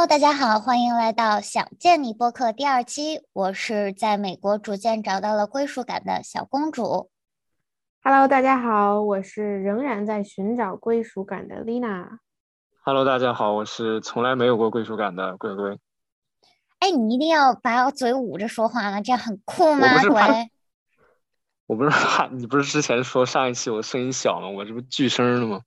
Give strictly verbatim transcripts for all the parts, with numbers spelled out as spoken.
Hello，大家好，欢迎来到想见你播客第二期，我是在美国逐渐找到了归属感的小公主。 Hello，大家好，我是仍然在寻找归属感的 Lina。 Hello，大家好，我是从来没有过归属感的鬼鬼。 哎，你一定要把嘴捂着说话吗？这样很酷吗， 我不是怕， 鬼？ 我不是怕，你不是之前说上一期我声音小吗？我这不巨声的吗？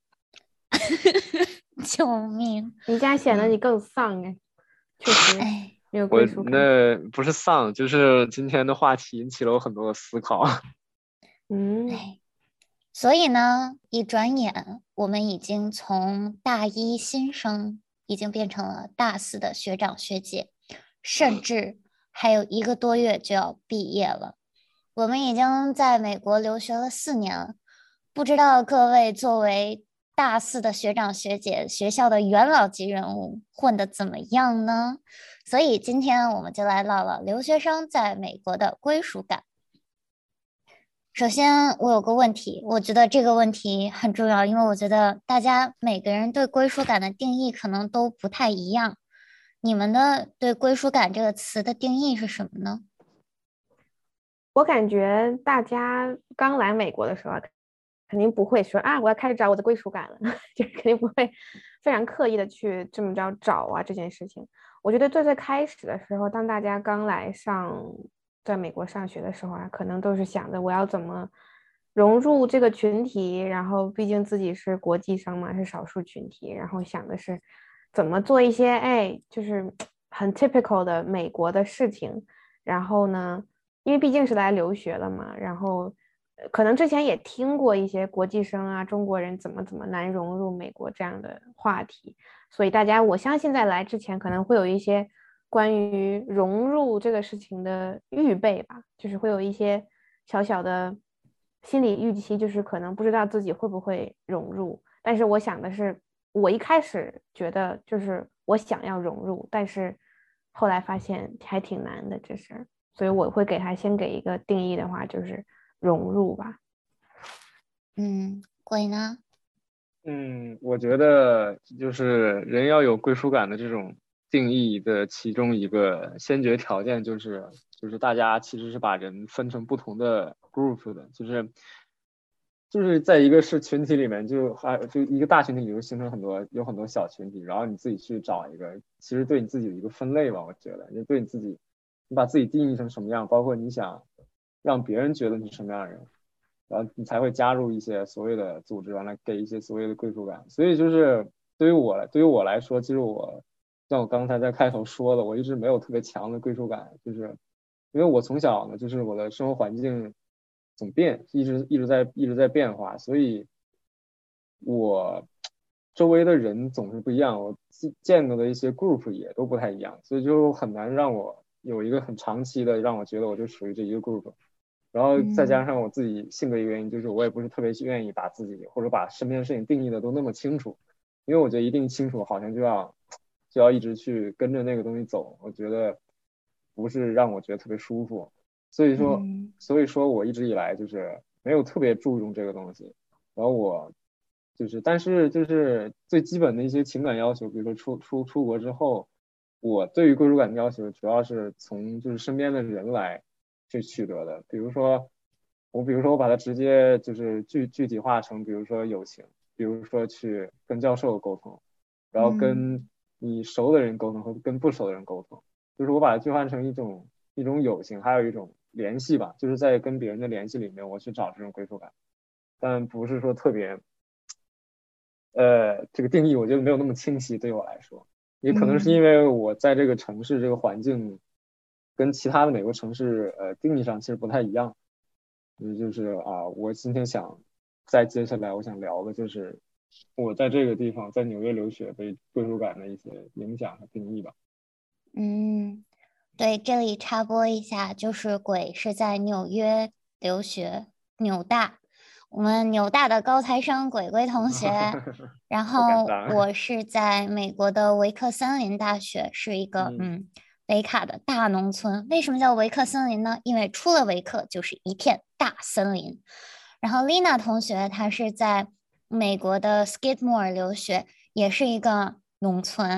救命！ 你这样显得你更丧哎，确实哎， 没有我归属感。 那不是丧，就是今天的话题引起了我很多的思考。 嗯， 哎，所以呢，一转眼我们已经从大一新生已经变成了大四的学长学姐，甚至还有一个多月就要毕业了。我们已经在美国留学了四年了，不知道各位作为大四的学长学姐，学校的元老级人物混得怎么样呢？所以今天我们就来唠唠留学生在美国的归属感。首先，我有个问题，我觉得这个问题很重要，因为我觉得大家每个人对归属感的定义可能都不太一样。你们的对归属感这个词的定义是什么呢？ 我感觉大家刚来美国的时候啊，肯定不会说啊，我要开始找我的归属感了，就是肯定不会非常刻意的去这么着找啊这件事情。我觉得最最开始的时候，当大家刚来上在美国上学的时候啊，可能都是想着我要怎么融入这个群体，然后毕竟自己是国际生嘛，是少数群体，然后想的是怎么做一些哎，就是很 typical 的美国的事情，然后呢。因为毕竟是来留学了嘛，然后可能之前也听过一些国际生啊，中国人怎么怎么难融入美国这样的话题，所以大家我相信在来之前可能会有一些关于融入这个事情的预备吧，就是会有一些小小的心理预期，就是可能不知道自己会不会融入，但是我想的是，我一开始觉得就是我想要融入，但是后来发现还挺难的这事儿。所以我会给他先给一个定义的话，就是融入吧。 嗯，鬼呢？ 嗯，我觉得就是人要有归属感的这种定义的其中一个先决条件就是，就是大家其实是把人分成不同的 group 的，就是就是在一个是群体里面就还就一个大群体里就形成很多有很多小群体，然后你自己去找一个，其实对你自己有一个分类吧，我觉得就对你自己，你把自己定义成什么样，包括你想让别人觉得你是什么样的人。然后你才会加入一些所谓的组织，完了给一些所谓的归属感。所以就是对于我来，对于我来说，其实我像我刚才在开头说的，我一直没有特别强的归属感，就是因为我从小呢，就是我的生活环境总变，一直一直在一直在变化，所以我周围的人总是不一样，我见到的一些 group 也都不太一样，所以就很难让我有一个很长期的让我觉得我就属于这一个 group。然后再加嗯上我自己性格一个原因，就是我也不是特别愿意把自己或者把身边的事情定义的都那么清楚，因为我觉得一定清楚，好像就要就要一直去跟着那个东西走，我觉得不是让我觉得特别舒服，所以说嗯所以说我一直以来就是没有特别注重这个东西，然后我就是但是就是最基本的一些情感要求，比如说出出出国之后，我对于归属感的要求主要是从就是身边的人来。去取得的。比如说，我比如说我把它直接就是具具体化成，比如说友情，比如说去跟教授沟通，然后嗯跟你熟的人沟通和跟不熟的人沟通，就是我把它具化成一种一种友情，还有一种联系吧，就是在跟别人的联系里面，我去找这种归属感，但不是说特别，呃，这个定义我觉得没有那么清晰，对我来说。也可能是因嗯为我在这个城市这个环境跟其他的美国城市呃定义上其实不太一样，也就是啊，我今天想再接下来我想聊的就是我在这个地方在纽约留学对归属感的一些影响和定义吧。 嗯，对，这里插播一下，就是鬼是在纽约留学，纽大，我们纽大的高材生鬼鬼同学。然不敢后当。 我是在美国的维克森林大学，是一个嗯嗯北卡的大农村。为什么叫维克森林呢？因为出了维克就是一片大森林。然后丽娜同学她是在美国的 Skidmore 留学，也是一个农村。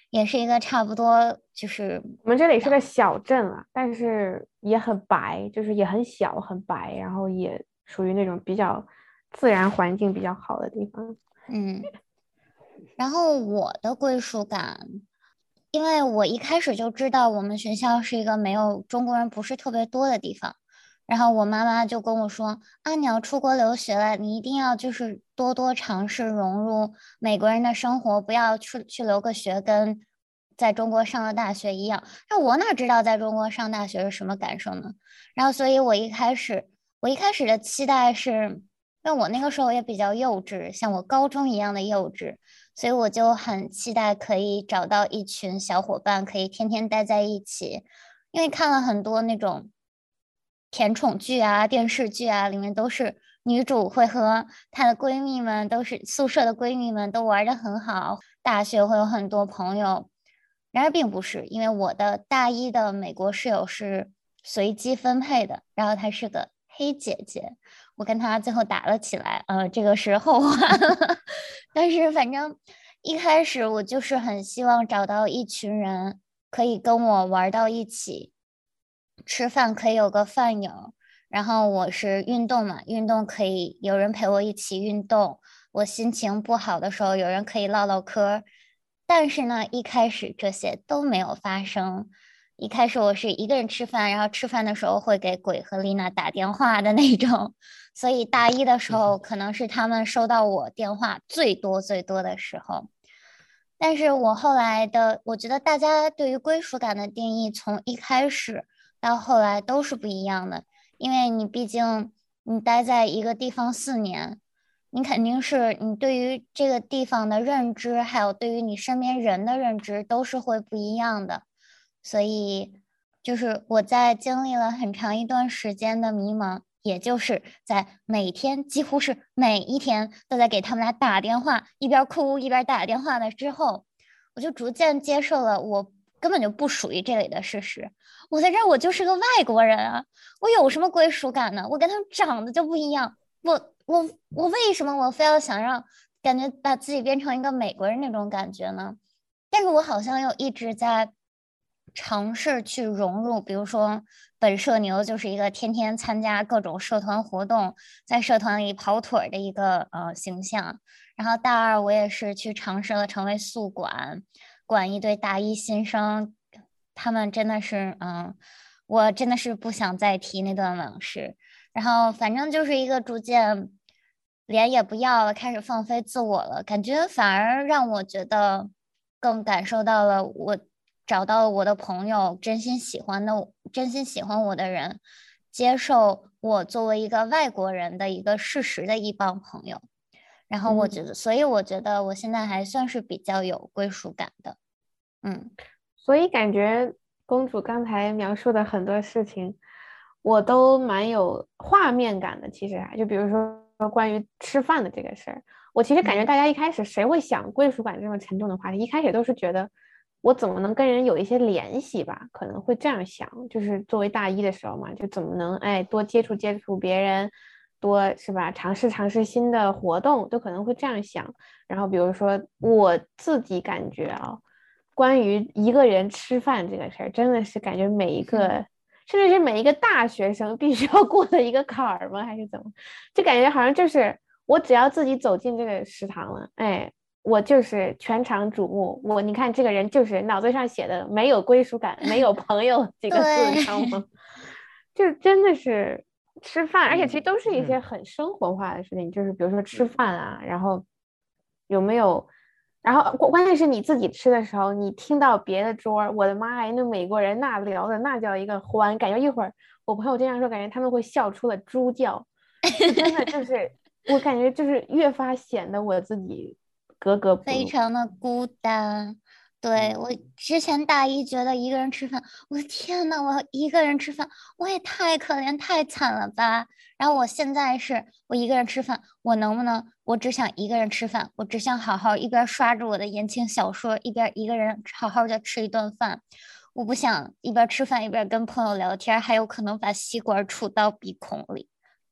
也是一个差不多就是我们这里是个小镇了，但是也很白，就是也很小很白，然后也属于那种比较自然环境比较好的地方。 嗯，然后我的归属感，因为我一开始就知道我们学校是一个没有中国人不是特别多的地方，然后我妈妈就跟我说啊，你要出国留学了，你一定要就是多多尝试融入美国人的生活，不要去去留个学跟在中国上的大学一样。那我哪知道在中国上大学是什么感受呢？然后所以我一开始我一开始的期待是。因为我那个时候也比较幼稚，像我高中一样的幼稚，所以我就很期待可以找到一群小伙伴，可以天天待在一起。因为看了很多那种甜宠剧啊、电视剧啊，里面都是女主会和她的闺蜜们，都是宿舍的闺蜜们都玩得很好，大学会有很多朋友。然而并不是，因为我的大一的美国室友是随机分配的，然后她是个黑姐姐。我跟他最后打了起来，呃，这个是后话了。但是反正一开始我就是很希望找到一群人可以跟我玩到一起，吃饭可以有个饭友，然后我是运动嘛，运动可以有人陪我一起运动，我心情不好的时候有人可以唠唠嗑。但是呢，一开始这些都没有发生。一开始我是一个人吃饭，然后吃饭的时候会给鬼和丽娜打电话的那种，所以大一的时候可能是他们收到我电话最多最多的时候。但是我后来的，我觉得大家对于归属感的定义，从一开始到后来都是不一样的，因为你毕竟你待在一个地方四年，你肯定是你对于这个地方的认知，还有对于你身边人的认知都是会不一样的。所以就是我在经历了很长一段时间的迷茫，也就是在每天几乎是每一天都在给他们俩打电话，一边哭一边打电话的之后，我就逐渐接受了我根本就不属于这里的事实。我在这儿我就是个外国人啊，我有什么归属感呢？我跟他们长得就不一样，我我我为什么我非要想让感觉把自己变成一个美国人那种感觉呢？但是我好像又一直在尝试去融入，比如说本社牛就是一个天天参加各种社团活动，在社团里跑腿的一个呃形象。然后大二我也是去尝试了成为宿管，管一堆大一新生，他们真的是嗯，我真的是不想再提那段往事。然后反正就是一个逐渐脸也不要了，开始放飞自我了，感觉反而让我觉得更感受到了我找到了我的朋友，真心喜欢的，真心喜欢我的人，接受我作为一个外国人的一个事实的一帮朋友。然后我嗯， 觉得，所以我觉得我现在还算是比较有归属感的。嗯所以感觉公主刚才描述的很多事情，我都蛮有画面感的。其实还就比如说关于吃饭的这个事儿，我其实感觉嗯大家一开始谁会想归属感这么沉重的话题，一开始都是觉得我怎么能跟人有一些联系吧，可能会这样想。就是作为大一的时候嘛，就怎么能哎多接触接触别人，多是吧，尝试尝试新的活动，都可能会这样想。然后比如说我自己感觉啊。关于一个人吃饭这个事儿，真的是感觉每一个， 嗯甚至是每一个大学生必须要过的一个坎儿吗？还是怎么？就感觉好像就是我只要自己走进这个食堂了，哎，我就是全场瞩目。我你看这个人就是脑子上写的没有归属感、没有朋友几个字，你知道吗？ 对， 就真的是吃饭，而且其实嗯都是一些嗯很生活化的事情，就是比如说吃饭啊，然后有没有。然后关关键是你自己吃的时候，你听到别的桌，我的妈呀，那美国人那聊的那叫一个欢，感觉一会儿我朋友经常说，感觉他们会笑出了猪叫，就真的就是我感觉就是越发显得我自己格格不入。 非常的孤单。对， 嗯我之前大一觉得一个人吃饭，我的天呐，我要一个人吃饭，我也太可怜太惨了吧。然后我现在是我一个人吃饭，我能不能，我只想一个人吃饭，我只想好好一边刷着我的言情小说，一边一个人好好的吃一顿饭。我不想一边吃饭一边跟朋友聊天，还有可能把吸管杵到鼻孔里。对，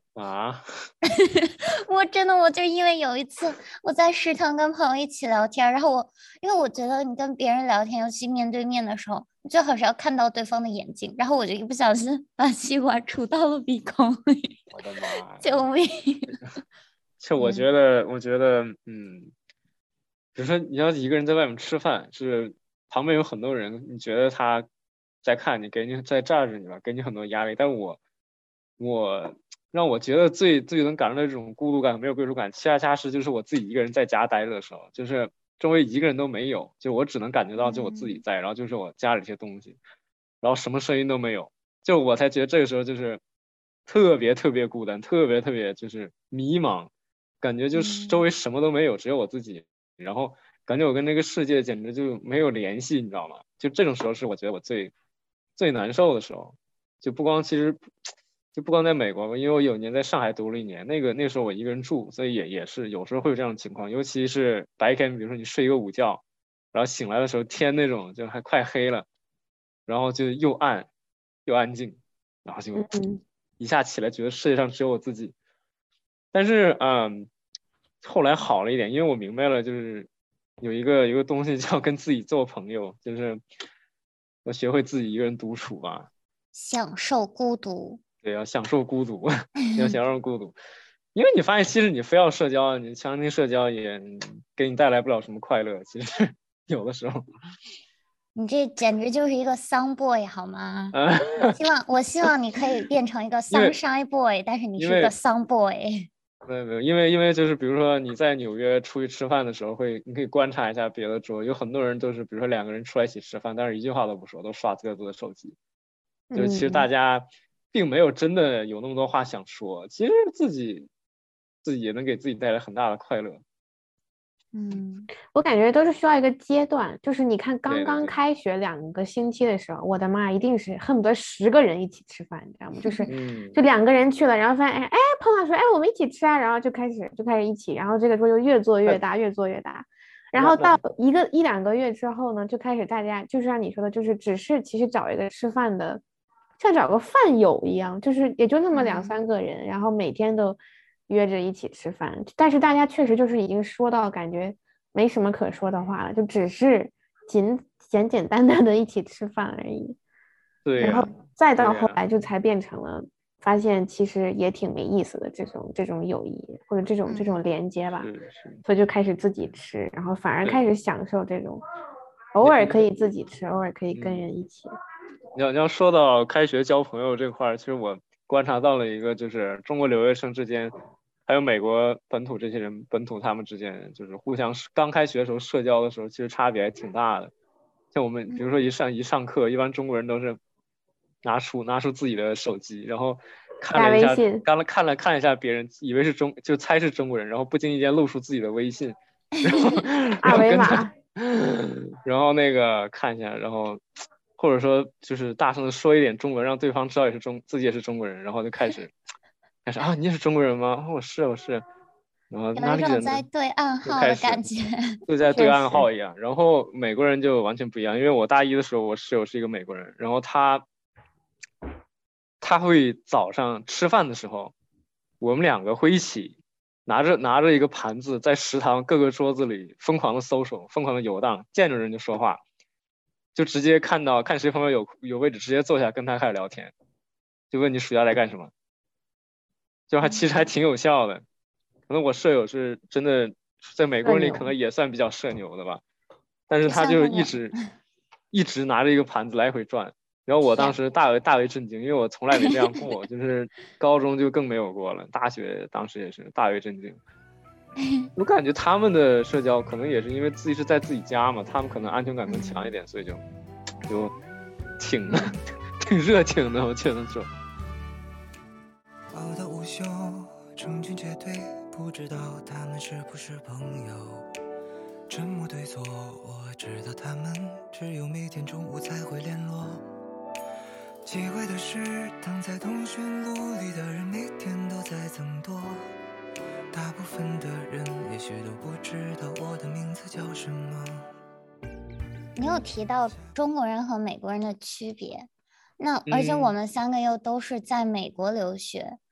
啊， 我真的，我就因为有一次我在食堂跟朋友一起聊天，然后我因为我觉得你跟别人聊天，尤其面对面的时候，你最好是要看到对方的眼睛，然后我就一不小心把西瓜杵到了鼻孔里， 我的妈呀！ 救命！ 就我觉得，我觉得，嗯，比如说你要一个人在外面吃饭，是旁边有很多人，你觉得他在看你，给你在炸着你吧，给你很多压力。但我我让我觉得最最能感受到这种孤独感、没有归属感，恰恰是就是我自己一个人在家待着的时候，就是周围一个人都没有，就我只能感觉到就我自己在，然后就是我家里这些东西，然后什么声音都没有，就我才觉得这个时候就是特别特别孤单，特别特别就是迷茫，感觉就是周围什么都没有，只有我自己，然后感觉我跟这个世界简直就没有联系，你知道吗？就这种时候是我觉得我最最难受的时候，就不光其实就不光在美国，因为我有一年在上海读了一年，那个那时候我一个人住，所以也也是有时候会有这样的情况，尤其是白天，比如说你睡一个午觉，然后醒来的时候天那种就还快黑了，然后就又暗又安静，然后就一下起来觉得世界上只有我自己。但是嗯，后来好了一点，因为我明白了，就是有一个有一个东西叫跟自己做朋友，就是我学会自己一个人独处吧。 享受孤独。 对，要享受孤独，要享受孤独，因为你发现其实你非要社交，你强行社交也给你带来不了什么快乐。其实有的时候， 你这简直就是一个丧 boy 好吗？ 啊、 我希望我希望你可以变成一个 sunshine boy，但是你是一个丧 boy。 没有没有，因为因为就是比如说你在纽约出去吃饭的时候会，你可以观察一下别的桌，有很多人都是比如说两个人出来一起吃饭，但是一句话都不说，都刷各自的手机，就是其实大家并没有真的有那么多话想说，其实自己自己也能给自己带来很大的快乐。 嗯，我感觉都是需要一个阶段，就是你看刚刚开学两个星期的时候，我的妈，一定是恨不得十个人一起吃饭，你知道吗？就是就两个人去了，然后发现哎哎，碰到说哎我们一起吃啊，然后就开始就开始一起，然后这个桌就越做越大，越做越大，然后到一个一两个月之后呢，就开始大家就是像你说的，就是只是其实找一个吃饭的，像找个饭友一样，就是也就那么两三个人，然后每天都约着一起吃饭，但是大家确实就是已经说到感觉没什么可说的话了，就只是仅简简单单的一起吃饭而已。 对、啊， 然后再到后来就才变成了发现其实也挺没意思的这种这种友谊或者这种这种连接吧，所以就开始自己吃，然后反而开始享受这种偶尔可以自己吃，偶尔可以跟人一起。 你要你要说到开学交朋友这块，其实我观察到了一个，就是中国留学生之间，还有美国本土这些人，本土他们之间，就是互相刚开学的时候社交的时候，其实差别还挺大的。像我们比如说一上一上课，一般中国人都是拿出拿出自己的手机，然后看了一下，刚了看了看了一下别人，以为是中就猜是中国人，然后不经意间露出自己的微信，然后二维码， 然后那个看一下，然后。或者说就是大声的说一点中文，让对方知道也是中自己也是中国人，然后就开始开始啊，你也是中国人吗？我、哦、是我是，然后哪里人在对暗号的感觉， 就在对暗号一样。然后美国人就完全不一样，因为我大一的时候，我室友是一个美国人，然后他他会早上吃饭的时候，我们两个会一起拿着拿着一个盘子，在食堂各个桌子里疯狂的搜索，疯狂的游荡，见着人就说话。就直接看到看谁旁边有有位置，直接坐下跟他开始聊天，就问你暑假在干什么，就还其实还挺有效的。可能我舍友是真的在美国人里可能也算比较社牛的吧，但是他就一直一直拿着一个盘子来回转，然后我当时大为大为震惊，因为我从来没这样过，就是高中就更没有过了，大学当时也是大为震惊。我感觉他们的社交可能也是因为自己是在自己家嘛，他们可能安全感更强一点，所以就就挺挺热情的，我觉得说。 熬到午休，成群结队，不知道他们是不是朋友。沉默对错，我知道他们只有每天中午才会联络。奇怪的是，躺在通讯录里的人每天都在增多。大部分的人也许都不知道我的名字叫什么。 你有提到中国人和美国人的区别，那而且我们三个又都是在美国留学，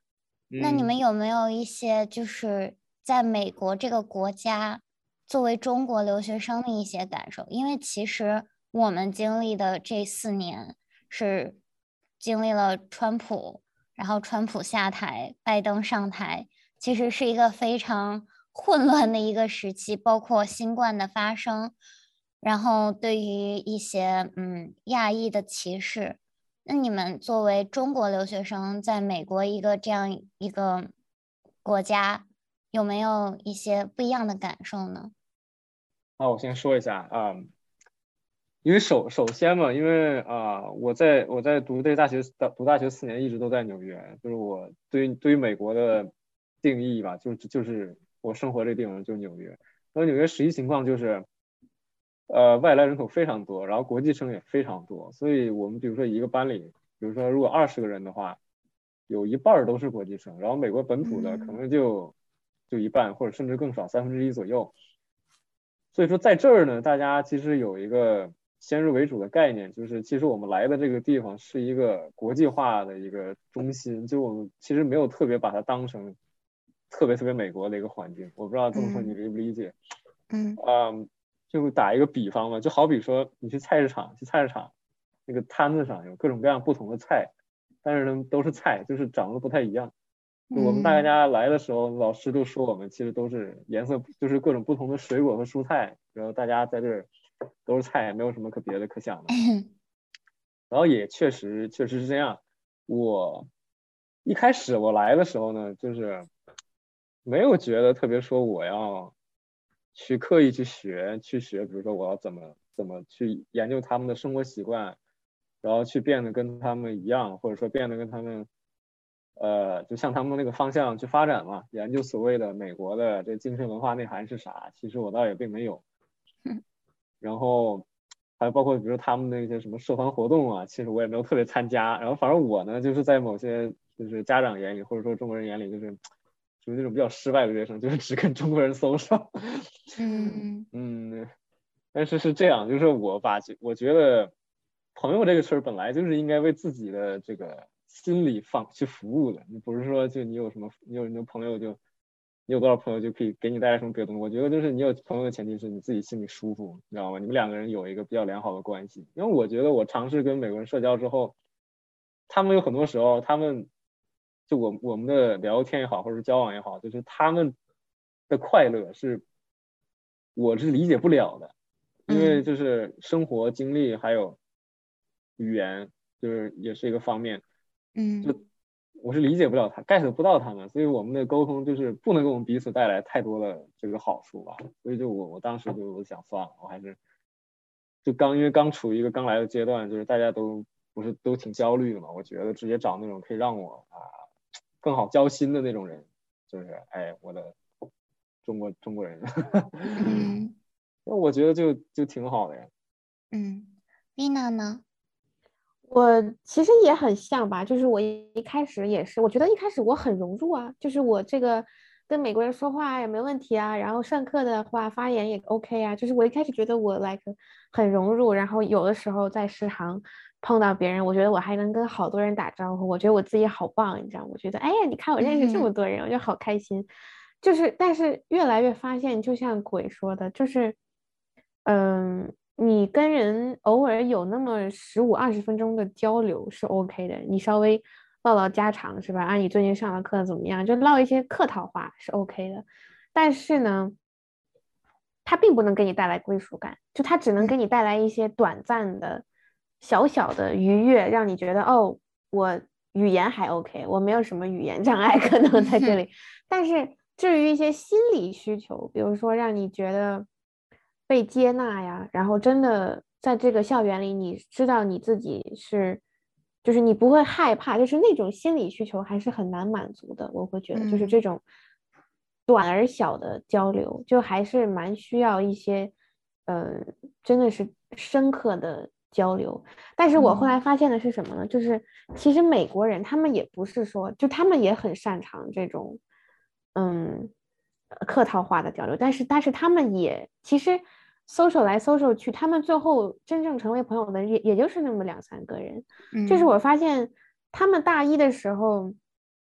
那你们嗯， 有没有一些就是在美国这个国家作为中国留学生的一些感受？因为其实我们经历的这四年是经历了川普，然后川普下台，拜登上台，其实是一个非常混乱的一个时期，包括新冠的发生，然后对于一些嗯亚裔的歧视。那你们作为中国留学生，在美国一个这样一个国家，有没有一些不一样的感受呢？ 那我先说一下啊、因为首首先嘛，因为啊、我在我在读这大学读大学四年，一直都在纽约，就是我对于对于美国的定义吧，就就是我生活这个地方就是纽约。那纽约实际情况就是，呃，外来人口非常多，然后国际生也非常多，所以我们比如说一个班里，比如说如果二十个人的话，有一半儿都是国际生，然后美国本土的可嗯能就就一半或者甚至更少，三分之一左右。所以说在这儿呢，大家其实有一个先入为主的概念，就是其实我们来的这个地方是一个国际化的一个中心，就我们其实没有特别把它当成特别特别美国的一个环境。我不知道这么说你嗯理不理解？ 嗯嗯，就打一个比方嘛，就好比说你去菜市场，去菜市场那个摊子上有各种各样不同的菜，但是呢都是菜，就是长得不太一样。就我们大嗯家来的时候，老师都说我们其实都是颜色，就是各种不同的水果和蔬菜，然后大家在这儿都是菜，没有什么可别的可想的。 嗯然后也确实确实是这样。我一开始我来的时候呢，就是没有觉得特别说我要去刻意去学去学，比如说我要怎么怎么去研究他们的生活习惯，然后去变得跟他们一样，或者说变得跟他们呃，就向他们那个方向去发展嘛，研究所谓的美国的这精神文化内涵是啥，其实我倒也并没有。 嗯然后还有包括比如说他们的一些什么社团活动啊，其实我也没有特别参加。然后反正我呢，就是在某些就是家长眼里，或者说中国人眼里，就是属于那种比较失败的学生，就是只跟中国人 social。 嗯嗯，但是是这样，就是我把我觉得朋友这个事儿本来就是应该为自己的这个心理放去服务的，你不是说就你有什么你有你的朋友就你有多少朋友就可以给你带来什么别的东西。我觉得就是你有朋友的前提是你自己心里舒服，你知道吗？你们两个人有一个比较良好的关系。因为我觉得我尝试跟美国人社交之后，他们有很多时候他们就我我们的聊天也好，或者交往也好，就是他们的快乐是我是理解不了的。因为嗯就是生活经历还有语言，就是也是一个方面， 嗯就我是理解不了他，get 不到他们，所以我们的沟通就是不能给我们彼此带来太多的这个好处吧。所以就我我当时就我想算了，我还是就刚因为刚处于一个刚来的阶段，就是大家都不是都挺焦虑的嘛，我觉得直接找那种可以让我啊更好交心的那种人，就是哎我的中国中国人。 嗯那我觉得就就挺好的呀。 嗯，丽娜呢？ 我其实也很像吧，就是我一一开始也是，我觉得一开始我很融入啊，就是我这个跟美国人说话也没问题啊，然后上课的话发言也 OK 啊，就是我一开始觉得我 like 很融入，然后有的时候在食堂碰到别人，我觉得我还能跟好多人打招呼，我觉得我自己好棒，你知道吗？我觉得哎呀，你看我认识这么嗯多人，我就好开心。就是但是越来越发现，就像鬼说的，就是嗯。你跟人偶尔有那么十五二十分钟的交流是 OK 的，你稍微唠唠家常是吧？啊，你最近上的课怎么样？就唠一些客套话是 OK 的，但是呢，它并不能给你带来归属感，就它只能给你带来一些短暂的、小小的愉悦，让你觉得哦，我语言还 OK，我没有什么语言障碍可能在这里。但是至于一些心理需求，比如说让你觉得被接纳呀，然后真的在这个校园里，你知道你自己是，就是你不会害怕，就是那种心理需求还是很难满足的。我会觉得，就是嗯这种短而小的交流，就还是蛮需要一些，呃，真的是深刻的交流。但是我后来嗯发现的是什么呢？就是其实美国人他们也不是说，就他们也很擅长这种，嗯，呃客套话的交流，但是但是他们也其实 social 来 social 去，他们最后真正成为朋友的也也就是那么两三个人。就是嗯我发现他们大一的时候，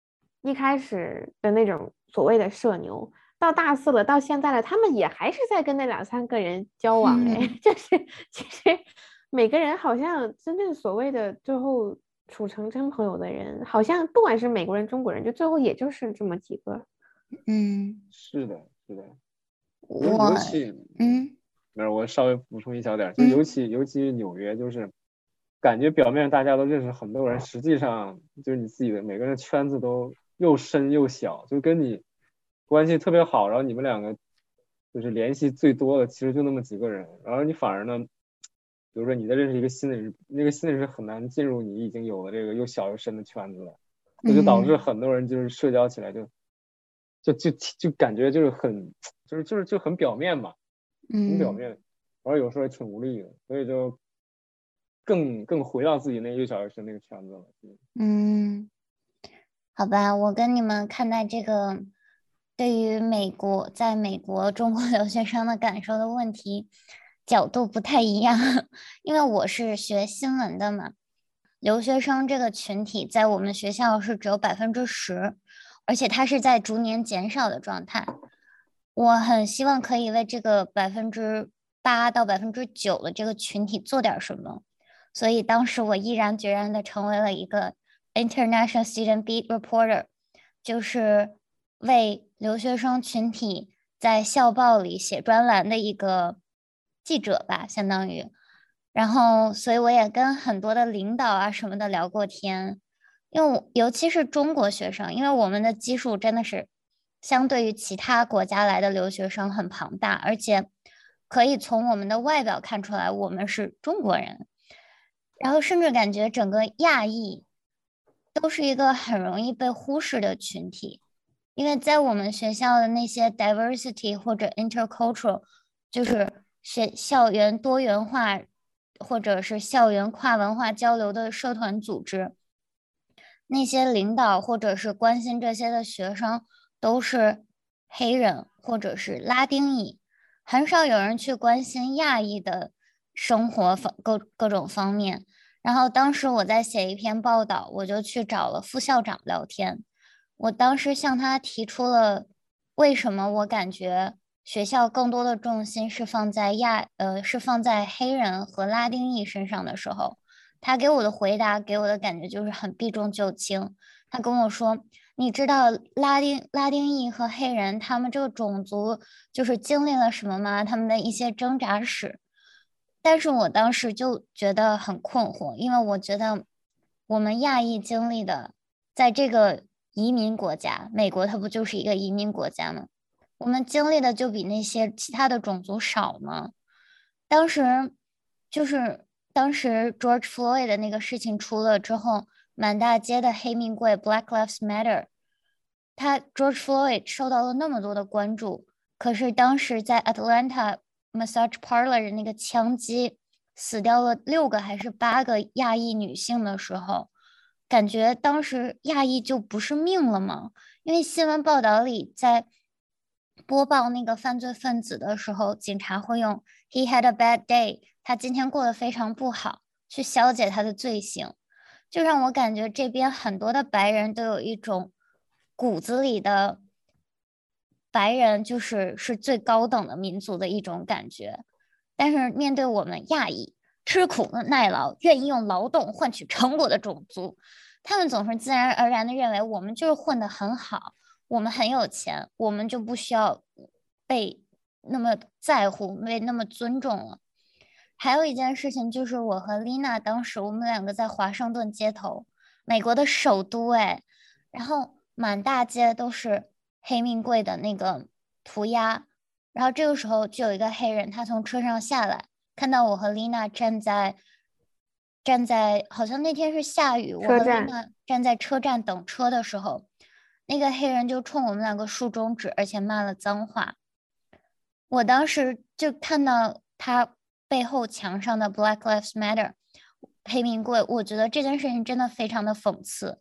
一开始的那种所谓的社牛，到大四了，到现在了，他们也还是在跟那两三个人交往哎， 嗯就是其实每个人好像真正所谓的最后处成真朋友的人，好像不管是美国人、中国人，就最后也就是这么几个。 嗯， 是的，是的，尤我尤其， 嗯没有，我稍微补充一小点儿，就尤嗯其尤其纽约，就是感觉表面上大家都认识很多人，实际上就是你自己的每个人圈子都又深又小，就跟你关系特别好，然后你们两个就是联系最多的，其实就那么几个人，然后你反而呢，比如说你再认识一个新的人，那个新的人是很难进入你已经有了这个又小又深的圈子的，这就导致嗯很多人就是社交起来就就就就感觉就是很就是就是就很表面嘛。很表嗯面，然后有时候也挺无力的，所以就更更回到自己那又小又深那个圈子了。 嗯，好吧，我跟你们看待这个对于美国在美国中国留学生的感受的问题角度不太一样，因为我是学新闻的嘛，留学生这个群体在我们学校是只有百分之十，而且它是在逐年减少的状态。我很希望可以为这个百分之八到百分之九的这个群体做点什么，所以当时我毅然决然的成为了一个 International Student Beat Reporter，就是为留学生群体在校报里写专栏的一个记者吧，相当于。然后，所以我也跟很多的领导啊什么的聊过天，因为我尤其是中国学生，因为我们的基数真的是相对于其他国家来的留学生很庞大，而且可以从我们的外表看出来我们是中国人，然后甚至感觉整个亚裔都是一个很容易被忽视的群体，因为在我们学校的那些 diversity 或者 intercultural，就是学校园多元化或者是校园跨文化交流的社团组织，那些领导或者是关心这些的学生都是黑人或者是拉丁裔，很少有人去关心亚裔的生活方各各种方面。然后当时我在写一篇报道，我就去找了副校长聊天。我当时向他提出了为什么我感觉学校更多的重心是放在亚呃是放在黑人和拉丁裔身上的时候，他给我的回答给我的感觉就是很避重就轻。他跟我说：“你知道拉丁拉丁裔和黑人他们这个种族就是经历了什么吗？他们的一些挣扎史。”但是我当时就觉得很困惑，因为我觉得我们亚裔经历的，在这个移民国家，美国它不就是一个移民国家吗？我们经历的就比那些其他的种族少吗？当时就是当时 George Floyd 的那个事情出了之后，满大街的黑命贵 Black Lives Matter，他 George Floyd 受到了那么多的关注，可是当时在 Atlanta massage parlor 的那个枪击死掉了六个还是八个亚裔女性的时候，感觉当时亚裔就不是命了吗？因为新闻报道里在播报那个犯罪分子的时候，警察会用 "He had a bad day"，他今天过得非常不好，去消解他的罪行，就让我感觉这边很多的白人都有一种骨子里的白人就是是最高等的民族的一种感觉。但是面对我们亚裔，吃苦耐劳，愿意用劳动换取成果的种族，他们总是自然而然的认为我们就是混得很好，我们很有钱，我们就不需要被那么在乎，被那么尊重了。还有一件事情就是，我和丽娜当时我们两个在华盛顿街头，美国的首都哎，然后满大街都是黑命贵的那个涂鸦，然后这个时候就有一个黑人，他从车上下来，看到我和丽娜站在站在，好像那天是下雨，我和丽车站娜站在车站等车的时候，那个黑人就冲我们两个竖中指，而且骂了脏话。我当时就看到他背后墙上的 Black Lives Matter 黑命贵，我觉得这件事情真的非常的讽刺。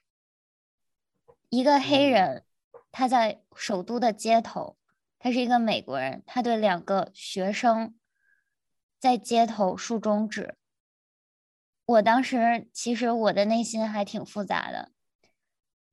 一个黑嗯人，他在首都的街头，他是一个美国人，他对两个学生在街头竖中指。我当时其实我的内心还挺复杂的，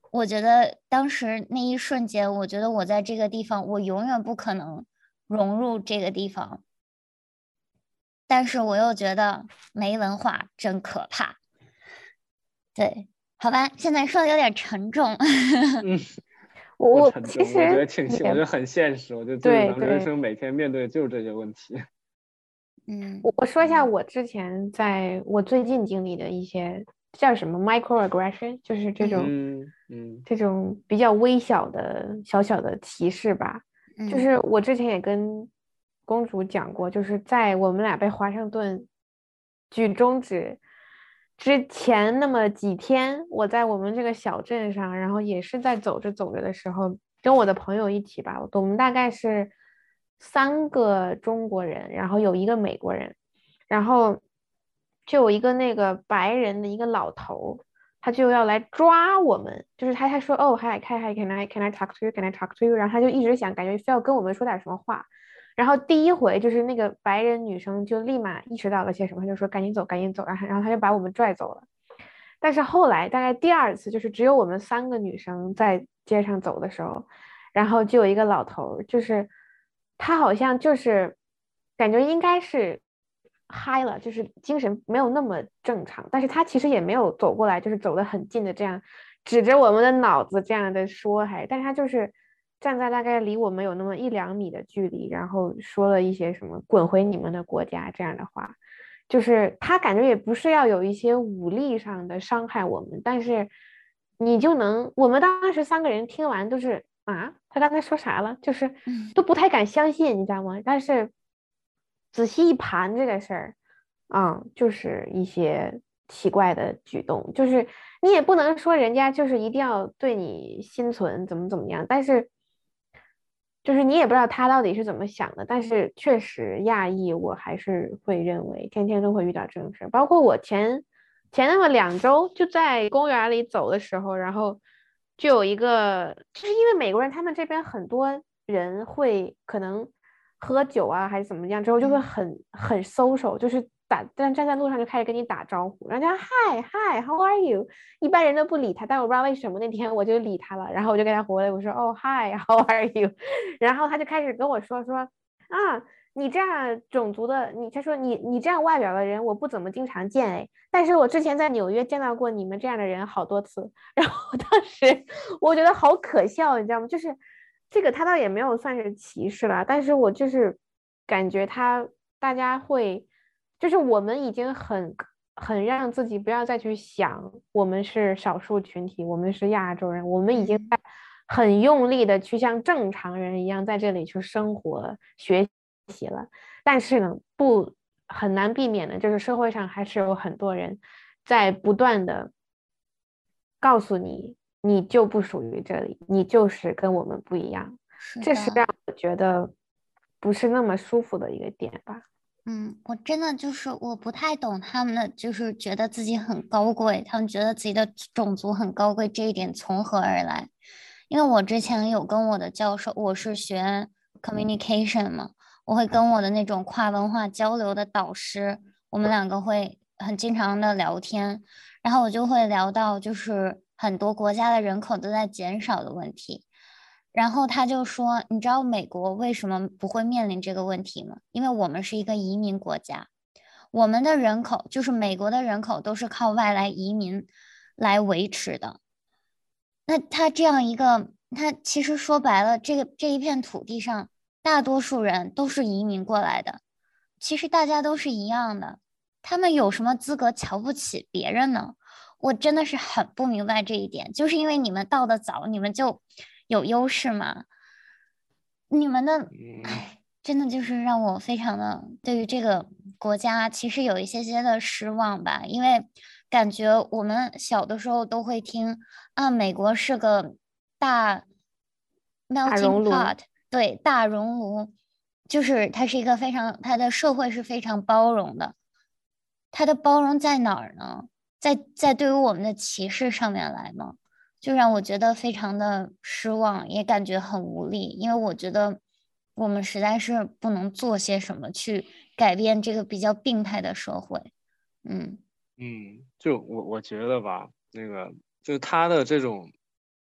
我觉得当时那一瞬间，我觉得我在这个地方，我永远不可能融入这个地方，但是我又觉得没文化真可怕。对，好吧，现在说的有点沉重。 嗯， 我我不沉重， 其实我觉得挺， 也我觉得很现实。我觉得基本对上人对， 生每天面对的就是这些问题。 嗯我我说一下嗯我之前在我最近经历的一些叫什么 microaggression，就是这种嗯嗯这种比较微小的小小的歧视吧。就嗯是我之前也跟公主讲过，就是在我们俩被华盛顿举中指之前那么几天，我在我们这个小镇上，然后也是在走着走着的时候，跟我的朋友一起吧，我们大概是三个中国人，然后有一个美国人，然后就有一个那个白人的一个老头，他就要来抓我们，就是他他说哦，hi hi hi can I can I talk to you can I talk to you，然后他就一直想感觉非要跟我们说点什么话，然后第一回就是那个白人女生就立马意识到了些什么，她就说赶紧走赶紧走，然后然后他就把我们拽走了。但是后来大概第二次就是只有我们三个女生在街上走的时候，然后就有一个老头，就是他好像就是感觉应该是嗨了，就是精神没有那么正常，但是他其实也没有走过来，就是走得很近的这样指着我们的脑子这样的说，还，但是他就是站在大概离我们有那么一两米的距离，然后说了一些什么滚回你们的国家这样的话。就是他感觉也不是要有一些武力上的伤害我们，但是你就能，我们当时三个人听完都是啊，他刚才说啥了？就是嗯都不太敢相信，你知道吗？但是仔细一盘这个事儿，嗯，就是一些奇怪的举动，就是你也不能说人家就是一定要对你心存怎么怎么样，但是。就是你也不知道他到底是怎么想的，但是确实亚裔，我还是会认为天天都会遇到这种事儿。包括我前前那么两周就在公园里走的时候，然后就有一个，就是因为美国人他们这边很多人会可能喝酒啊还是怎么样之后就会很很 social，就是打站站在路上就开始跟你打招呼，然后就 hi hi how are you，一般人都不理他，但我不知道为什么那天我就理他了，然后我就跟他回来，我说哦 hi how are you，然后他就开始跟我说说啊。你这样种族的，你他说你你这样外表的人，我不怎么经常见哎，但是我之前在纽约见到过你们这样的人好多次，然后当时我觉得好可笑，你知道吗？就是这个他倒也没有算是歧视了，但是我就是感觉他大家会，就是我们已经很很让自己不要再去想我们是少数群体，我们是亚洲人，我们已经在很用力的去像正常人一样在这里去生活学习了，但是呢，不很难避免的就是社会上还是有很多人在不断的告诉你，你就不属于这里，你就是跟我们不一样， 是这是的。 让我觉得不是那么舒服的一个点吧。 嗯，我真的就是我不太懂他们的，就是觉得自己很高贵，他们觉得自己的种族很高贵，这一点从何而来？因为我之前有跟我的教授，我是学 communication 嘛，我会跟我的那种跨文化交流的导师，我们两个会很经常的聊天，然后我就会聊到就是很多国家的人口都在减少的问题。然后他就说：“你知道美国为什么不会面临这个问题吗？因为我们是一个移民国家，我们的人口就是美国的人口都是靠外来移民来维持的。那他这样一个，他其实说白了，这个这一片土地上，大多数人都是移民过来的，其实大家都是一样的，他们有什么资格瞧不起别人呢？我真的是很不明白这一点，就是因为你们到的早，你们就有优势嘛。你们的， 嗯哎，真的就是让我非常的对于这个国家其实有一些些的失望吧，因为感觉我们小的时候都会听啊，美国是个大大 melting 熔炉， pot，对，大熔炉，就是它是一个非常，它的社会是非常包容的。它的包容在哪儿呢？在在对于我们的歧视上面来吗？就让我觉得非常的失望，也感觉很无力，因为我觉得我们实在是不能做些什么去改变这个比较病态的社会。嗯嗯，就我我觉得吧，那个就是他的这种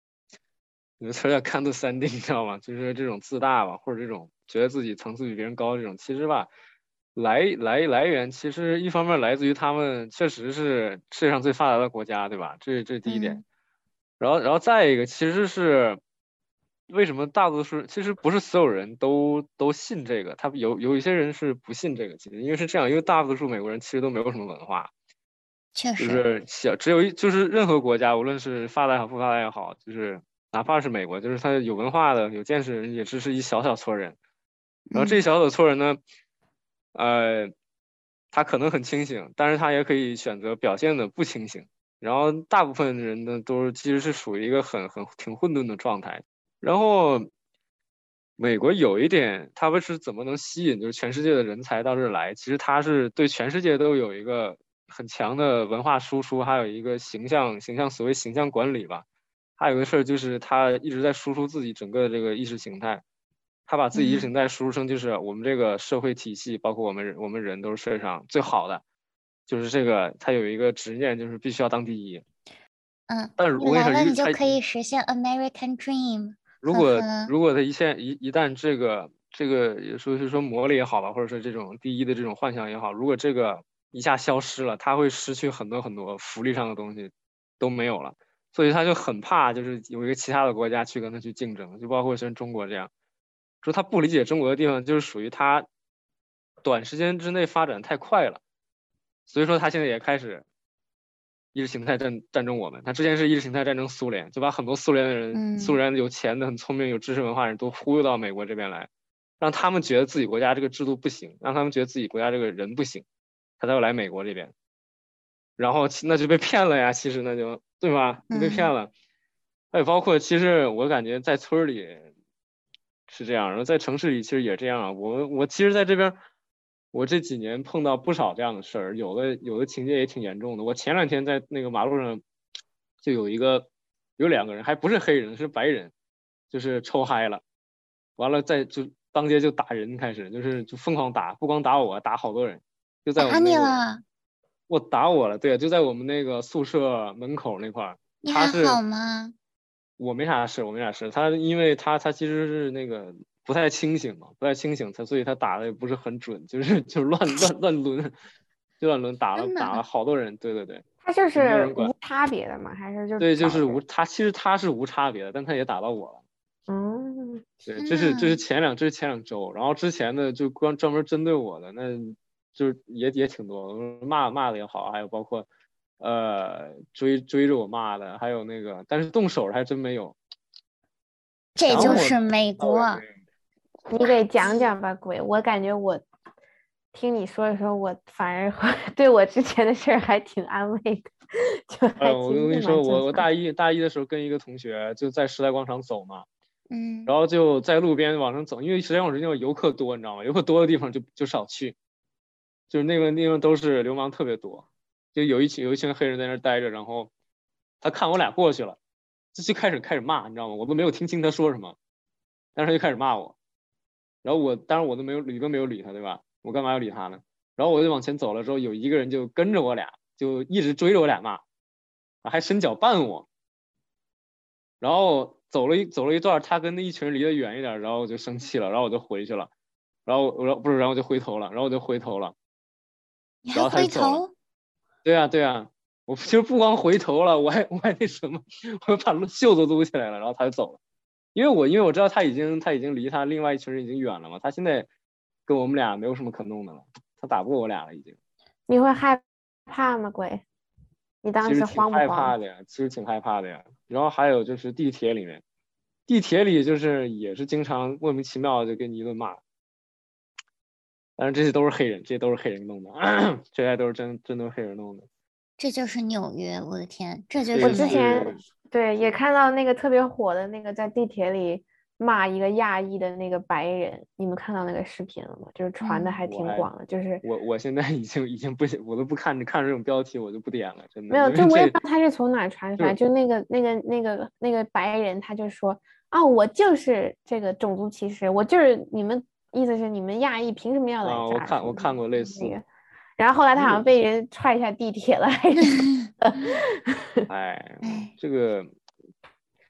有的词儿叫 condescending， 你知道吗？就是这种自大吧，或者这种觉得自己层次比别人高这种，其实吧，来来来源其实一方面来自于他们确实是世界上最发达的国家，对吧？这这是第一点。 嗯然后然后再一个，其实是为什么大多数其实不是所有人都都信这个，他有有一些人是不信这个，其实因为是这样，因为大多数美国人其实都没有什么文化。就确实， 是小，只有一，就是任何国家，无论是发达也好，不发达也好，就是哪怕是美国，就是他有文化的、有见识的人，也只是一小小撮人。然后这一嗯小小撮人呢，呃，他可能很清醒，但是他也可以选择表现的不清醒。然后大部分人呢，都是其实是属于一个很很挺混沌的状态。然后美国有一点，他们是怎么能吸引就是全世界的人才到这儿来？其实他是对全世界都有一个很强的文化输出，还有一个形象形象所谓形象管理吧。还有个事儿就是他一直在输出自己整个这个意识形态，他把自己意识形态输出成就是我们这个社会体系，包括我们人我们人都是世界上最好的，就是这个他有一个执念，就是必须要当第一。 嗯， 但是我跟你说， 你来了， 一个他你就可以实现 American Dream。 如果呵呵如果他一现一一旦这个这个也说是说魔力也好吧，或者说这种第一的这种幻想也好，如果这个一下消失了，他会失去很多很多福利上的东西都没有了，所以他就很怕，就是有一个其他的国家去跟他去竞争，就包括像中国这样，说他不理解中国的地方就是属于他短时间之内发展太快了，所以说他现在也开始意识形态战战争我们，他之前是意识形态战争苏联，就把很多苏联的人、 嗯苏联有钱的、很聪明、有知识文化的人都忽悠到美国这边来，让他们觉得自己国家这个制度不行，让他们觉得自己国家这个人不行，他才会来美国这边。然后那就被骗了呀，其实那就对吧？就被骗了。还有包括其实我感觉在村里是这样，然后在城市里其实也这样啊。我我其实在这边。我这几年碰到不少这样的事儿，有的有的情节也挺严重的。我前两天在那个马路上，就有一个有两个人，还不是黑人，是白人，就是抽嗨了，完了在就当街就打人，开始就是就疯狂打，不光打我，打好多人，就在我打你们那个， 了， 我打我了，对，就在我们那个宿舍门口那块儿， 你还他是好吗？ 我没啥事，我没啥事，他因为他他其实是那个。不太清醒嘛，不太清醒，他所以他打的也不是很准，就是就乱乱乱抡，就乱抡，打了真的打了好多人，对对对， 他就没有是人管无差别的吗？还是就对，就找人是无他其实他是无差别的，但他也打到我了， 嗯， 对， 天这是这是呐前两这是前两周，然后之前的就光专门针对我的，那就是也也挺多，骂骂的也好，还有包括呃追追着我骂的，还有那个，但是动手的还真没有， 这抢我就是美倒也国。 没有你给讲讲吧，鬼。我感觉我听你说的时候，我反而对我之前的事儿还挺安慰的，就还呃，我其实是跟你说，我我蛮正常的。 大一大一的时候跟一个同学就在时代广场走嘛， 嗯然后就在路边往上走，因为时代广场那种游客多，你知道吗？游客多的地方就就少去，就是那个地方都是流氓特别多，就有一群有一群黑人在那儿待着，然后他看我俩过去了，就就开始开始骂，你知道吗？我都没有听清他说什么，但是他就开始骂我，然后我当然我都没有理都没有理他，对吧？我干嘛要理他呢？然后我就往前走了之后，有一个人就跟着我俩，就一直追着我俩骂，还伸脚绊我，然后走了一走了一段，他跟那一群人离得远一点，然后我就生气了，然后我就回去了，然后我不是，然后我就回头了，然后我就回头了， 你还然后他就回走了。 头？ 对啊对啊，我其实不光回头了，我还我还那什么，我把袖子撸起来了，然后他就走了，因为我因为我知道他已经他已经离他另外一群人已经远了嘛，他现在跟我们俩没有什么可弄的了，他打不过我俩了已经。 你会害怕吗，鬼？你当其实时慌不挺害怕慌？ 的呀，其实挺害怕的呀。然后还有就是地铁里面，地铁里就是也是经常莫名其妙就给你一顿骂，但是这些都是黑人，这些都是黑人弄的，这些都是真真都是黑人弄的。 这就是纽约，我的天，这就这我是美之前国。 对也看到那个特别火的那个在地铁里骂一个亚裔的那个白人，你们看到那个视频了吗？就是传的嗯还我还挺广的，就是我我现在已经已经不我都不看着看着这种标题我就不点了，真的。 没有， 因为这就我也不知道他是从哪儿传出来， 就就那个那个那个那个白人，他就说啊，我就是这个种族歧视，我就是你们意思是你们亚裔凭什么要来啊，我这儿？ 看我看过类似的。 那个，然后后来他好像是被人踹下地铁了，还是哎， 哎， 这个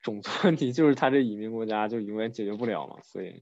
种族问题就是他这移民国家就永远解决不了嘛，所以。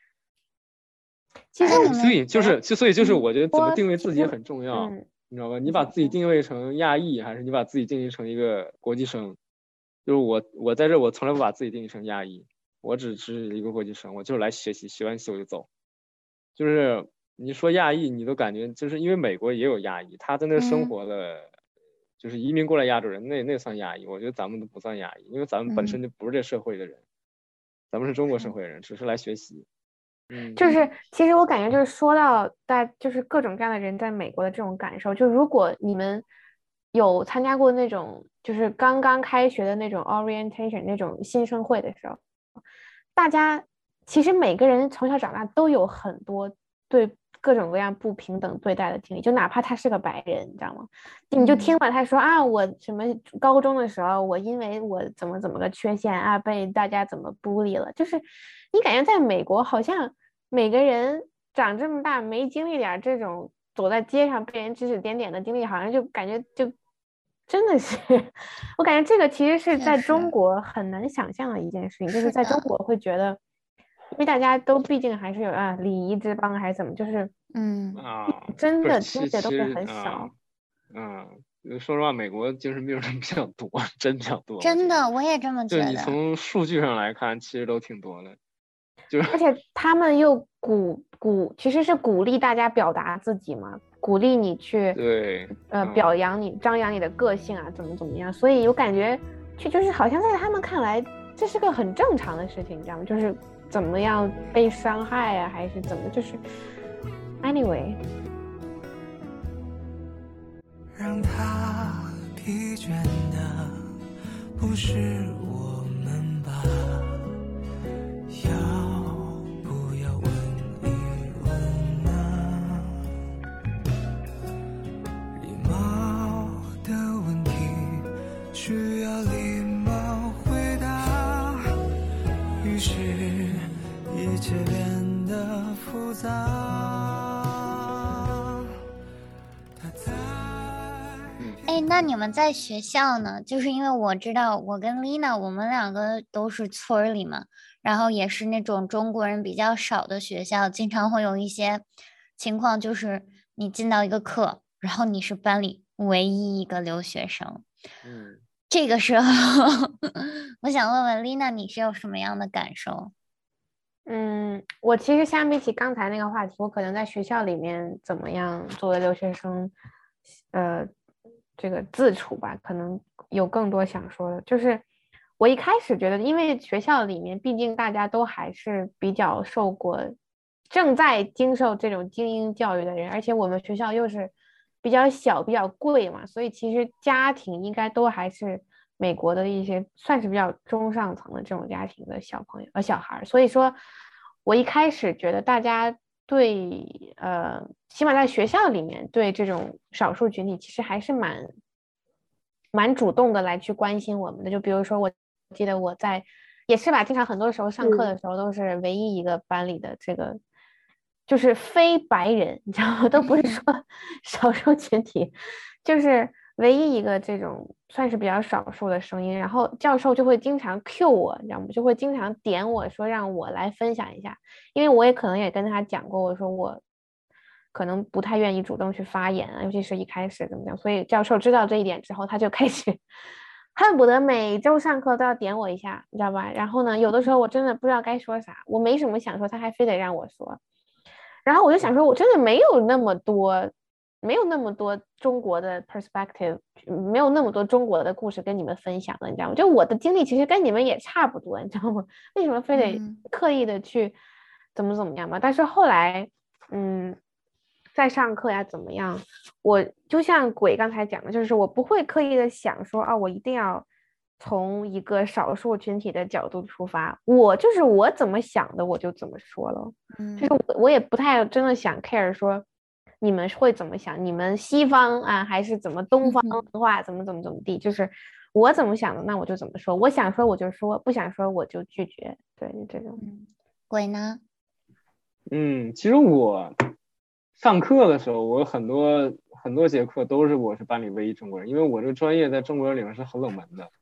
其实我们所以就是就所以就是我觉得怎么我定位自己其实很重要， 嗯你知道吧？你把自己定位成亚裔，还是你把自己定义成一个国际生？就是我我在这我从来不把自己定义成亚裔，我只是一个国际生，我就是来学习，学完习我就走。就是你说亚裔，你都感觉就是因为美国也有亚裔，他在那生嗯活了，就是移民过来亚洲人，那那算亚裔。我觉得咱们都不算亚裔，因为咱们本身嗯就不是这社会的人，咱们是中国社会人，只是来学习。嗯， 就是其实我感觉就是说到大就是各种各样的人在美国的这种感受，就如果你们有参加过那种就是刚刚开学的那种 orientation 那种新生会的时候，大家其实每个人从小长大都有很多对各种各样不平等对待的经历，就哪怕他是个白人，你知道吗？你就听完他说啊，我什么高中的时候，我因为我怎么怎么个缺陷啊，被大家怎么孤立了，就是你感觉在美国好像每个人长这么大没经历点这种走在街上被人指指点点的经历，好像就感觉就真的是，我感觉这个其实是在中国很难想象的一件事情，就是在中国会觉得，因为大家都毕竟还是有啊礼仪之邦还是怎么，就是嗯啊， 真的其听起来都是很实小。 嗯，嗯说实话，美国精神病人比较多，真比较多。 真的，我也这么就你觉得。 从数据上来看，其实都挺多的。就是而且他们又鼓鼓，其实是鼓励大家表达自己嘛，鼓励你去对， 呃嗯表扬你、张扬你的个性啊，怎么怎么样。所以我感觉，就就是好像在他们看来，这是个很正常的事情，你知道吗？就是怎么样被伤害啊，还是怎么，就是 anyway。 让他疲倦的不是我们吧？要不要问一问呢？礼貌的问题需要礼貌回答，于是一切变得复杂。他在哎，那你们在学校呢？就是因为我知道我跟丽娜，我们两个都是村儿里嘛，然后也是那种中国人比较少的学校，经常会有一些情况，就是你进到一个课，然后你是班里唯一一个留学生， 嗯， 这个时候我想问问丽娜，你是有什么样的感受？ 嗯，我其实相比起刚才那个话题，我可能在学校里面怎么样作为留学生，呃，这个自处吧，可能有更多想说的。就是我一开始觉得，因为学校里面毕竟大家都还是比较受过，正在经受这种精英教育的人，而且我们学校又是比较小、比较贵嘛，所以其实家庭应该都还是美国的一些算是比较中上层的这种家庭的小朋友呃小孩，所以说我一开始觉得大家对呃，起码在学校里面对这种少数群体其实还是蛮蛮主动的来去关心我们的。就比如说，我记得我在也是吧，经常很多时候上课的时候都是唯一一个班里的这个。就是非白人，你知道吗？都不是说少数群体，就是唯一一个这种算是比较少数的声音。然后教授就会经常 cue 我，你知道吗？就会经常点我说让我来分享一下，因为我也可能也跟他讲过，我说我可能不太愿意主动去发言啊，尤其是一开始怎么讲。所以教授知道这一点之后，他就开始恨不得每周上课都要点我一下，你知道吧？然后呢，有的时候我真的不知道该说啥，我没什么想说，他还非得让我说。然后我就想说，我真的没有那么多，没有那么多中国的 perspective， 没有那么多中国的故事跟你们分享的，你知道吗？就我的经历其实跟你们也差不多，你知道吗？为什么非得刻意的去怎么怎么样嘛？但是后来，嗯，在上课呀怎么样，我就像鬼刚才讲的，就是我不会刻意的想说啊，我一定要从一个少数群体的角度出发，我就是我怎么想的我就怎么说了。就是我我也不太真的想 care 说你们会怎么想，你们西方啊还是怎么东方文化怎么怎么怎么地，就是我怎么想的那我就怎么说，我想说我就说，不想说我就拒绝。对，这种。 鬼呢？ 嗯，其实我上课的时候，我很多很多节课都是我是班里唯一中国人，因为我这个专业在中国人里面是很冷门的。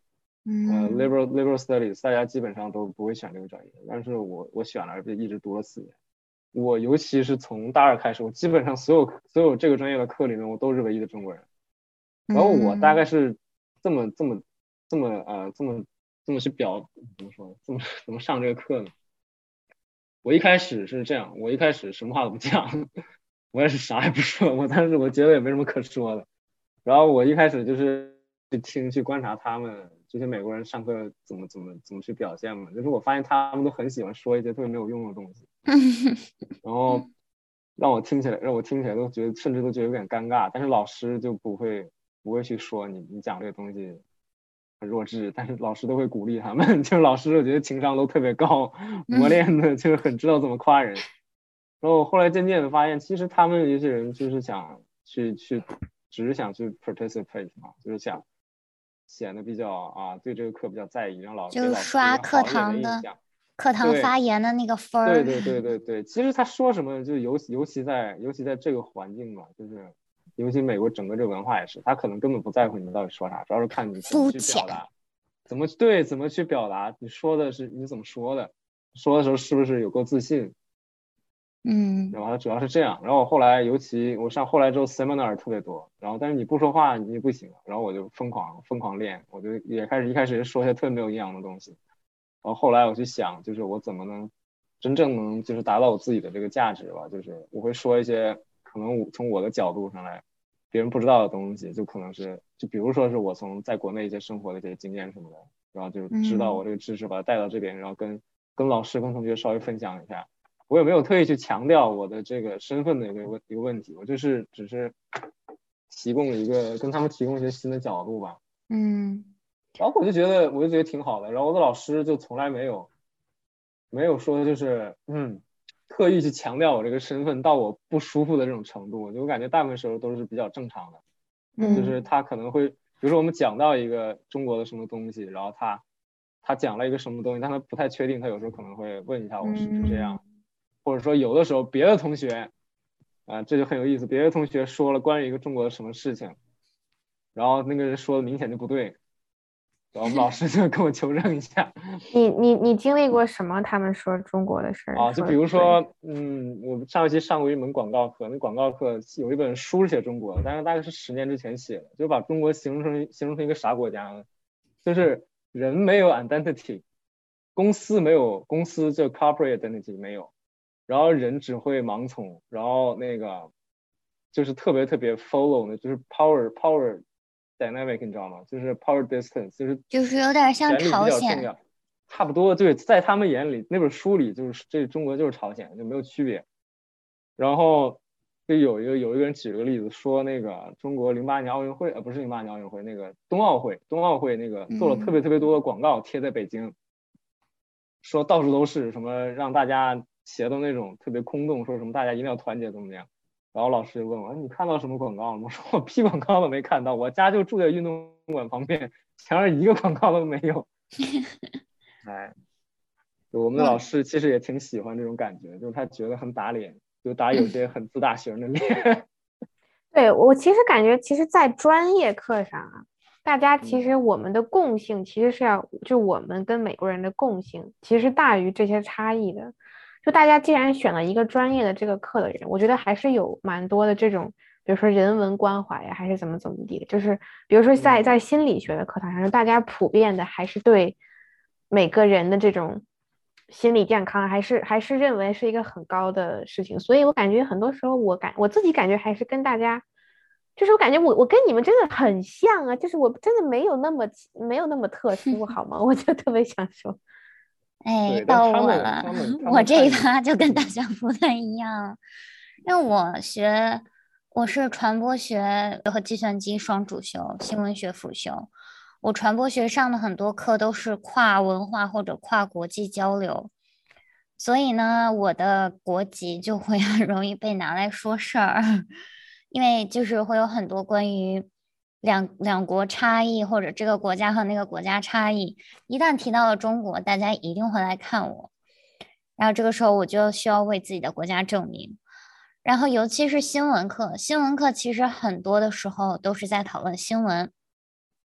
呃嗯 liberal liberal studies，大家基本上都不会选这个专业，但是我我选了，就一直读了四年。我尤其是从大二开始，我基本上所有所有这个专业的课里面，我都是唯一的中国人。然后我大概嗯是这么这么这么呃这么这么去表怎么说这么怎么上这个课呢？我一开始是这样，我一开始什么话都不讲，我也是啥也不说，我当时我觉得也没什么可说的。然后我一开始就是去听去观察他们这些美国人上课怎么怎么怎么去表现嘛，就是我发现他们都很喜欢说一些特别没有用的东西，然后让我听起来让我听起来都觉得甚至都觉得有点尴尬，但是老师就不会不会去说你你讲这个东西很弱智，但是老师都会鼓励他们，就是老师我觉得情商都特别高，磨练的就是很知道怎么夸人。然后后来渐渐的发现，其实他们有些人就是想去去，只是想去 participate 嘛，就是想显得比较啊对这个课比较在意，让老就是给老师一刷课个好一点的堂的印象。 课堂对发言的那个分儿。 对对对对对，其实他说什么，就尤尤其在尤其在这个环境嘛，就是尤其美国整个这个文化也是，他可能根本不在乎你们到底说啥，主要是看你怎么去肤浅表达，怎么对怎么去表达，你说的是你怎么说的，说的时候是不是有够自信， 嗯然后它主要是这样。然后我后来尤其我上后来之后 seminar 特别多，然后但是你不说话你不行，然后我就疯狂疯狂练，我就也开始一开始说一些特别没有营养的东西，然后后来我去想，就是我怎么能真正能就是达到我自己的这个价值吧，就是我会说一些可能我从我的角度上来别人不知道的东西，就可能是就比如说是我从在国内一些生活的一些经验什么的，然后就知道我这个知识把它带到这边，然后跟跟老师跟同学稍微分享一下。我也没有特意去强调我的这个身份的一个问一个问题，我就是只是提供了一个跟他们提供一些新的角度吧。 嗯然后我就觉得我就觉得挺好的，然后我的老师就从来没有没有说就是嗯特意去强调我这个身份到我不舒服的这种程度，就我感觉大部分时候都是比较正常的，就是嗯他可能会比如说我们讲到一个中国的什么东西，然后他他讲了一个什么东西，但他不太确定，他有时候可能会问一下我是不是这样。 嗯或者说有的时候别的同学啊、呃，这就很有意思，别的同学说了关于一个中国的什么事情，然后那个人说的明显就不对，然后我们老师就跟我求证一下。 你你你经历过什么？他们说中国的事儿啊，就比如说，嗯，我上一期上过一门广告课，那广告课有一本书是写中国的，但是大概是十年之前写的，就把中国形容成形容成一个啥国家呢？就是人没有 identity， 公司没有公司就 corporate identity 没有。然后人只会盲从，然后那个就是特别特别 follow 的，就是 power power dynamic， 你知道吗？就是 power distance， 就是就是有点像权力比朝鲜。 较重要，差不多。对，在他们眼里，那本书里就是这中国就是朝鲜，就没有区别。然后就有一个有一个人举了个例子，说那个中国零八年奥运会，呃，不是零八年奥运会，那个冬奥会，冬奥会那个做了特别特别多的广告贴在北京，说到处都是什么让大家写的那种特别空洞，说什么大家一定要团结怎么样。然后老师就问我，你看到什么广告了吗？我说我屁广告都没看到，我家就住在运动馆旁边，墙上一个广告都没有。哎，我们的老师其实也挺喜欢这种感觉，就是他觉得很打脸，就打有些很自大型的脸。 对，我其实感觉，其实，在专业课上啊，大家其实我们的共性其实是要，就我们跟美国人的共性其实大于这些差异的。就大家既然选了一个专业的这个课的人，我觉得还是有蛮多的这种，比如说人文关怀呀，还是怎么怎么地的，就是比如说在在心理学的课堂上，大家普遍的还是对每个人的这种心理健康，还是还是认为是一个很高的事情。所以我感觉很多时候，我感我自己感觉还是跟大家。就是我感觉我我跟你们真的很像啊，就是我真的没有那么没有那么特殊，好吗？我就特别想说， 哎，到我了，我这一趴就跟大家不太一样，因为我学我是传播学和计算机双主修，新闻学辅修。我传播学上的很多课都是跨文化或者跨国际交流，所以呢，我的国籍就会很容易被拿来说事儿。因为就是会有很多关于两两国差异或者这个国家和那个国家差异，一旦提到了中国，大家一定会来看我，然后这个时候我就需要为自己的国家证明。然后尤其是新闻课，新闻课其实很多的时候都是在讨论新闻，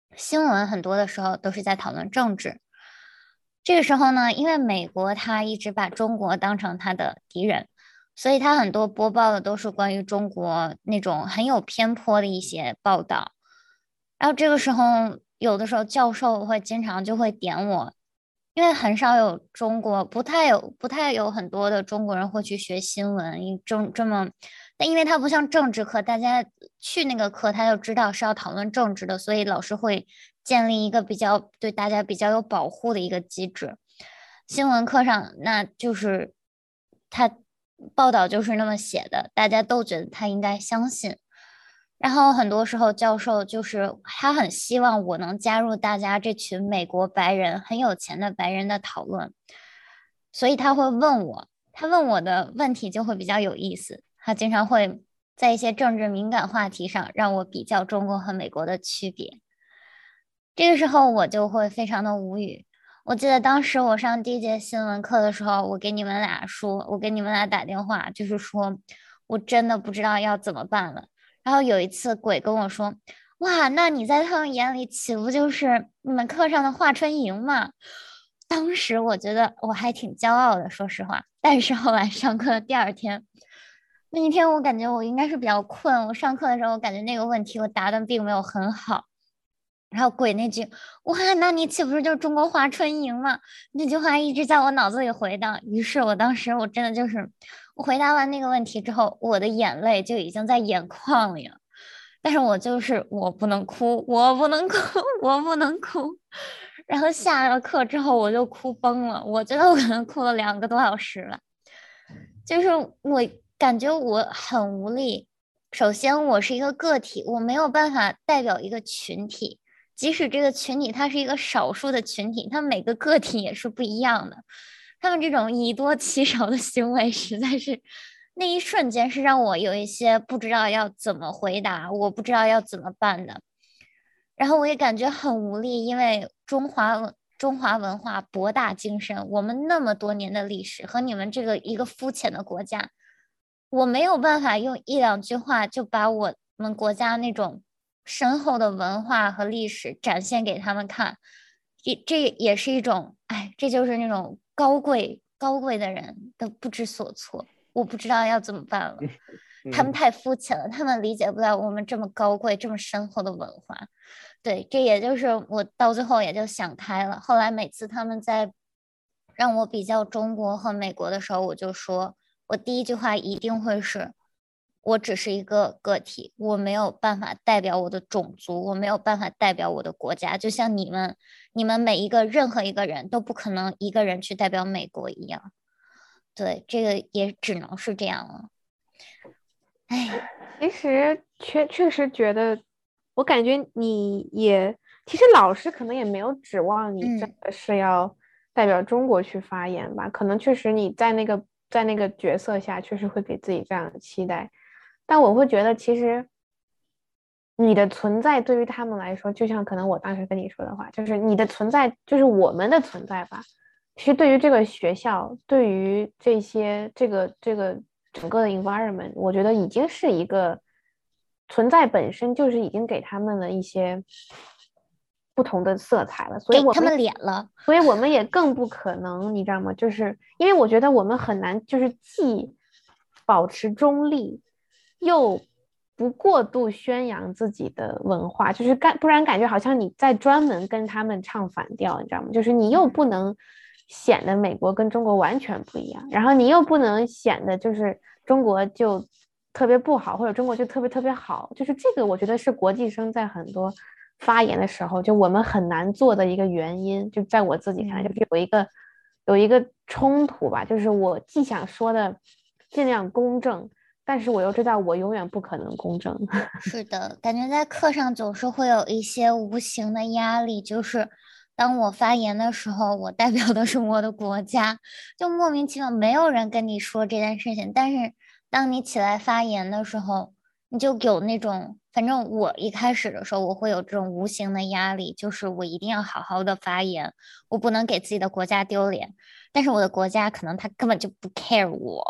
新闻很多的时候都是在讨论政治。这个时候呢，因为美国它一直把中国当成它的敌人，所以它很多播报的都是关于中国那种很有偏颇的一些报道。然后这个时候，有的时候教授会经常就会点我，因为很少有中国，不太有不太有很多的中国人会去学新闻，因这这么，但因为它不像政治课，大家去那个课他就知道是要讨论政治的，所以老师会建立一个比较对大家比较有保护的一个机制。新闻课上，那就是他报道就是那么写的，大家都觉得他应该相信。然后很多时候教授就是他很希望我能加入大家这群美国白人很有钱的白人的讨论，所以他会问我，他问我的问题就会比较有意思，他经常会在一些政治敏感话题上让我比较中国和美国的区别。这个时候我就会非常的无语。我记得当时我上第一节新闻课的时候，我给你们俩说，我给你们俩打电话，就是说我真的不知道要怎么办了。然后有一次鬼跟我说，哇，那你在他们眼里岂不就是你们课上的华春莹吗？当时我觉得我还挺骄傲的，说实话。但是后来上课的第二天，那一天我感觉我应该是比较困，我上课的时候我感觉那个问题我答的并没有很好。然后鬼那句哇，那你岂不是就是中国华春莹吗？那句话一直在我脑子里回荡。于是我当时我真的就是我回答完那个问题之后，我的眼泪就已经在眼眶里了。但是我就是我不能哭，我不能哭，我不能哭。然后下了课之后我就哭崩了，我觉得我可能哭了两个多小时了。就是我感觉我很无力。首先我是一个个体，我没有办法代表一个群体，即使这个群体它是一个少数的群体，它每个个体也是不一样的。他们这种以多欺少的行为，实在是那一瞬间是让我有一些不知道要怎么回答，我不知道要怎么办的。然后我也感觉很无力，因为中华中华文化博大精深，我们那么多年的历史和你们这个一个肤浅的国家，我没有办法用一两句话就把我们国家那种深厚的文化和历史展现给他们看。这这也是一种，哎，这就是那种高贵高贵的人的不知所措。我不知道要怎么办了，他们太肤浅了，他们理解不了我们这么高贵这么深厚的文化。对，这也就是我到最后也就想开了。后来每次他们在让我比较中国和美国的时候，我就说，我第一句话一定会是，我只是一个个体，我没有办法代表我的种族，我没有办法代表我的国家，就像你们，你们每一个任何一个人都不可能一个人去代表美国一样。对，这个也只能是这样了。哎， 其实确确实觉得，我感觉你也，其实老师可能也没有指望你真的是要代表中国去发言吧，嗯、可能确实你在那个在那个角色下，确实会给自己这样的期待。但我会觉得，其实你的存在对于他们来说，就像可能我当时跟你说的话，就是你的存在就是我们的存在吧。其实对于这个学校，对于这些这个这个整个的 environment， 我觉得已经是一个存在本身就是已经给他们了一些不同的色彩了，所以我们给他们脸了， 所以我们也更不可能，你知道吗？就是因为我觉得我们很难，就是既保持中立，又不过度宣扬自己的文化，就是干不然感觉好像你在专门跟他们唱反调，你知道吗？就是你又不能显得美国跟中国完全不一样，然后你又不能显得就是中国就特别不好，或者中国就特别特别好，就是这个我觉得是国际生在很多发言的时候，就我们很难做的一个原因，就在我自己看来，就是有一个有一个冲突吧，就是我既想说的尽量公正，但是我又知道我永远不可能公正。 是的，感觉在课上总是会有一些无形的压力，就是当我发言的时候，我代表的是我的国家，就莫名其妙没有人跟你说这件事情，但是当你起来发言的时候，你就有那种，反正我一开始的时候，我会有这种无形的压力，就是我一定要好好的发言，我不能给自己的国家丢脸，但是我的国家可能他根本就不 care 我。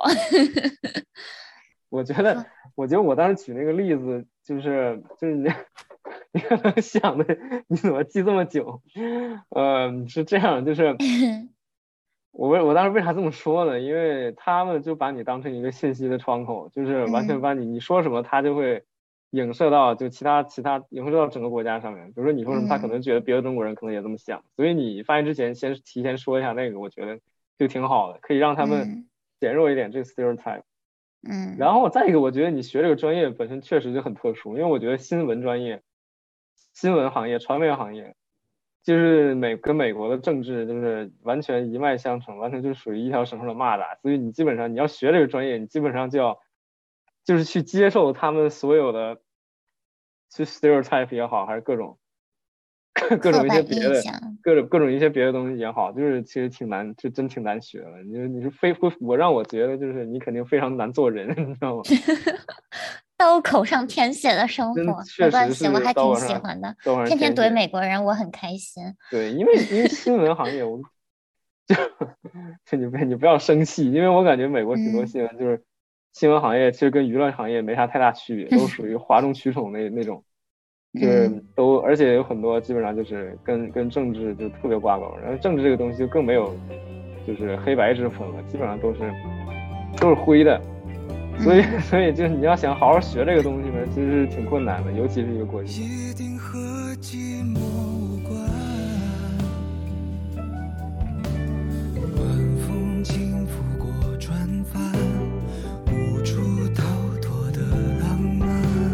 我觉得，我觉得我当时举那个例子，就是就是你你可能想的你怎么记这么久？呃，是这样，就是我为我当时为啥这么说呢？因为他们就把你当成一个信息的窗口，就是完全把你你说什么，他就会影射到就其他其他影射到整个国家上面。比如说你说什么，他可能觉得别的中国人可能也这么想，所以你发言之前先提前说一下那个，我觉得就挺好的，可以让他们减弱一点这个 stereotype。 嗯， 然后再一个，我觉得你学这个专业本身确实就很特殊，因为我觉得新闻专业、新闻行业、传媒行业，就是美跟美国的政治就是完全一脉相承，完全就是属于一条绳上的蚂蚱。所以你基本上你要学这个专业，你基本上就要就是去接受他们所有的，去 stereotype 也好，还是各种各种一些别的各种各种一些别的东西也好，就是其实挺难，就真挺难学的。你你是非会我让我觉得就是你肯定非常难做人，你知道吗？ 刀口上舔血的生活，没关系，我还挺喜欢的。天天怼美国人，我很开心。 对，因为因为新闻行业，我就就你不你不要生气，因为我感觉美国挺多新闻、嗯、就是新闻行业其实跟娱乐行业没啥太大区别，都属于哗众取宠那那种。就是都，而且有很多基本上就是跟跟政治就特别挂钩，然后政治这个东西就更没有就是黑白之分了，基本上都是都是灰的，所以所以就是你要想好好学这个东西呢，其实是挺困难的，尤其是一个国际。 一定和寂寞无关，晚风轻拂过船帆，无处逃脱的浪漫。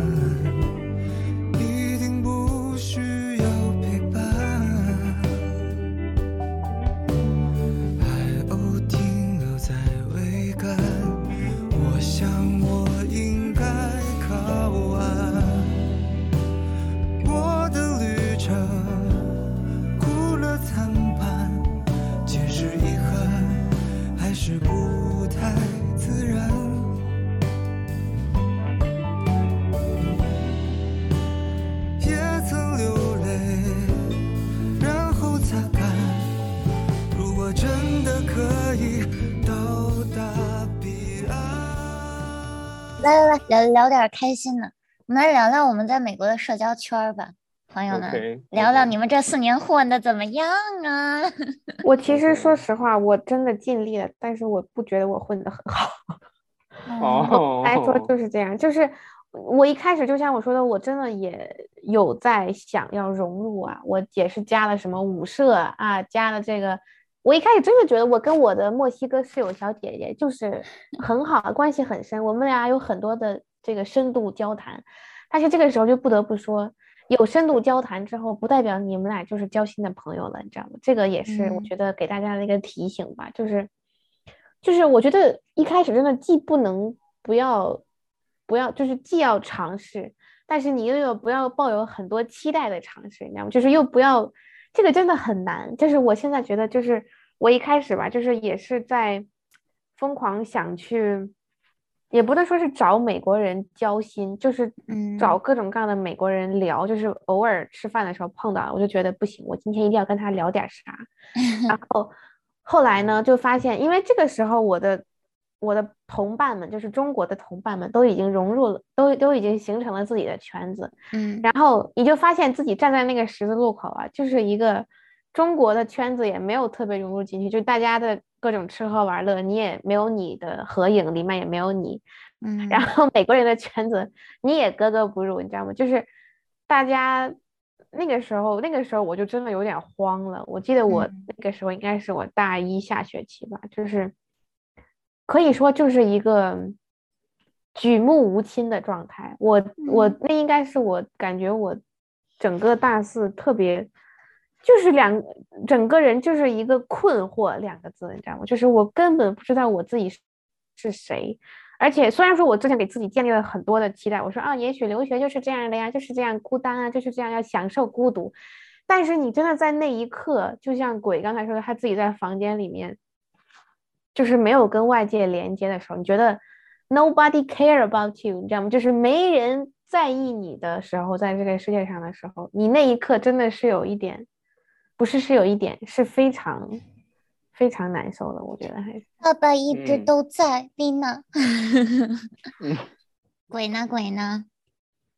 来来来，聊聊点开心的。我们来聊聊我们在美国的社交圈吧，朋友们， okay, 聊聊你们这四年混的怎么样啊？ 我其实说实话，我真的尽力了，但是我不觉得我混得很好。 哦， 来说就是这样，就是我一开始就像我说的，我真的也有在想要融入啊，我也是加了什么舞社啊，加了这个。我一开始真的觉得我跟我的墨西哥室友小姐姐就是很好，关系很深，我们俩有很多的这个深度交谈。但是这个时候就不得不说，有深度交谈之后，不代表你们俩就是交心的朋友了，你知道吗？这个也是我觉得给大家的一个提醒吧，嗯、就是就是我觉得一开始真的既不能不要不要，就是既要尝试，但是你又有不要抱有很多期待的尝试，你知道吗？就是又不要。这个真的很难，就是我现在觉得，就是我一开始吧，就是也是在疯狂想去，也不能说是找美国人交心，就是找各种各样的美国人聊，就是偶尔吃饭的时候碰到，我就觉得不行，我今天一定要跟他聊点啥。然后后来呢，就发现，因为这个时候我的我的同伴们，就是中国的同伴们，都已经融入了，都都已经形成了自己的圈子， 嗯， 然后你就发现自己站在那个十字路口啊，就是一个中国的圈子也没有特别融入进去，就大家的各种吃喝玩乐，你也没有你的合影，里面也没有你， 嗯， 然后美国人的圈子你也格格不入，你知道吗？就是大家那个时候，那个时候我就真的有点慌了。我记得我那个时候应该是我大一下学期吧，就是。可以说就是一个举目无亲的状态。我我那应该是我感觉我整个大四特别就是两整个人就是一个困惑两个字，你知道吗？就是我根本不知道我自己是谁。而且虽然说我之前给自己建立了很多的期待，我说啊，也许留学就是这样的呀，就是这样孤单啊，就是这样要享受孤独。但是你真的在那一刻，就像鬼刚才说的，他自己在房间里面。就是没有跟外界连接的时候，你觉得 nobody care about you， 你知道吗？就是没人在意你的时候，在这个世界上的时候，你那一刻真的是有一点，不是是有一点，是非常非常难受的。我觉得还是爸爸一直都在，丽娜。鬼呢？鬼呢？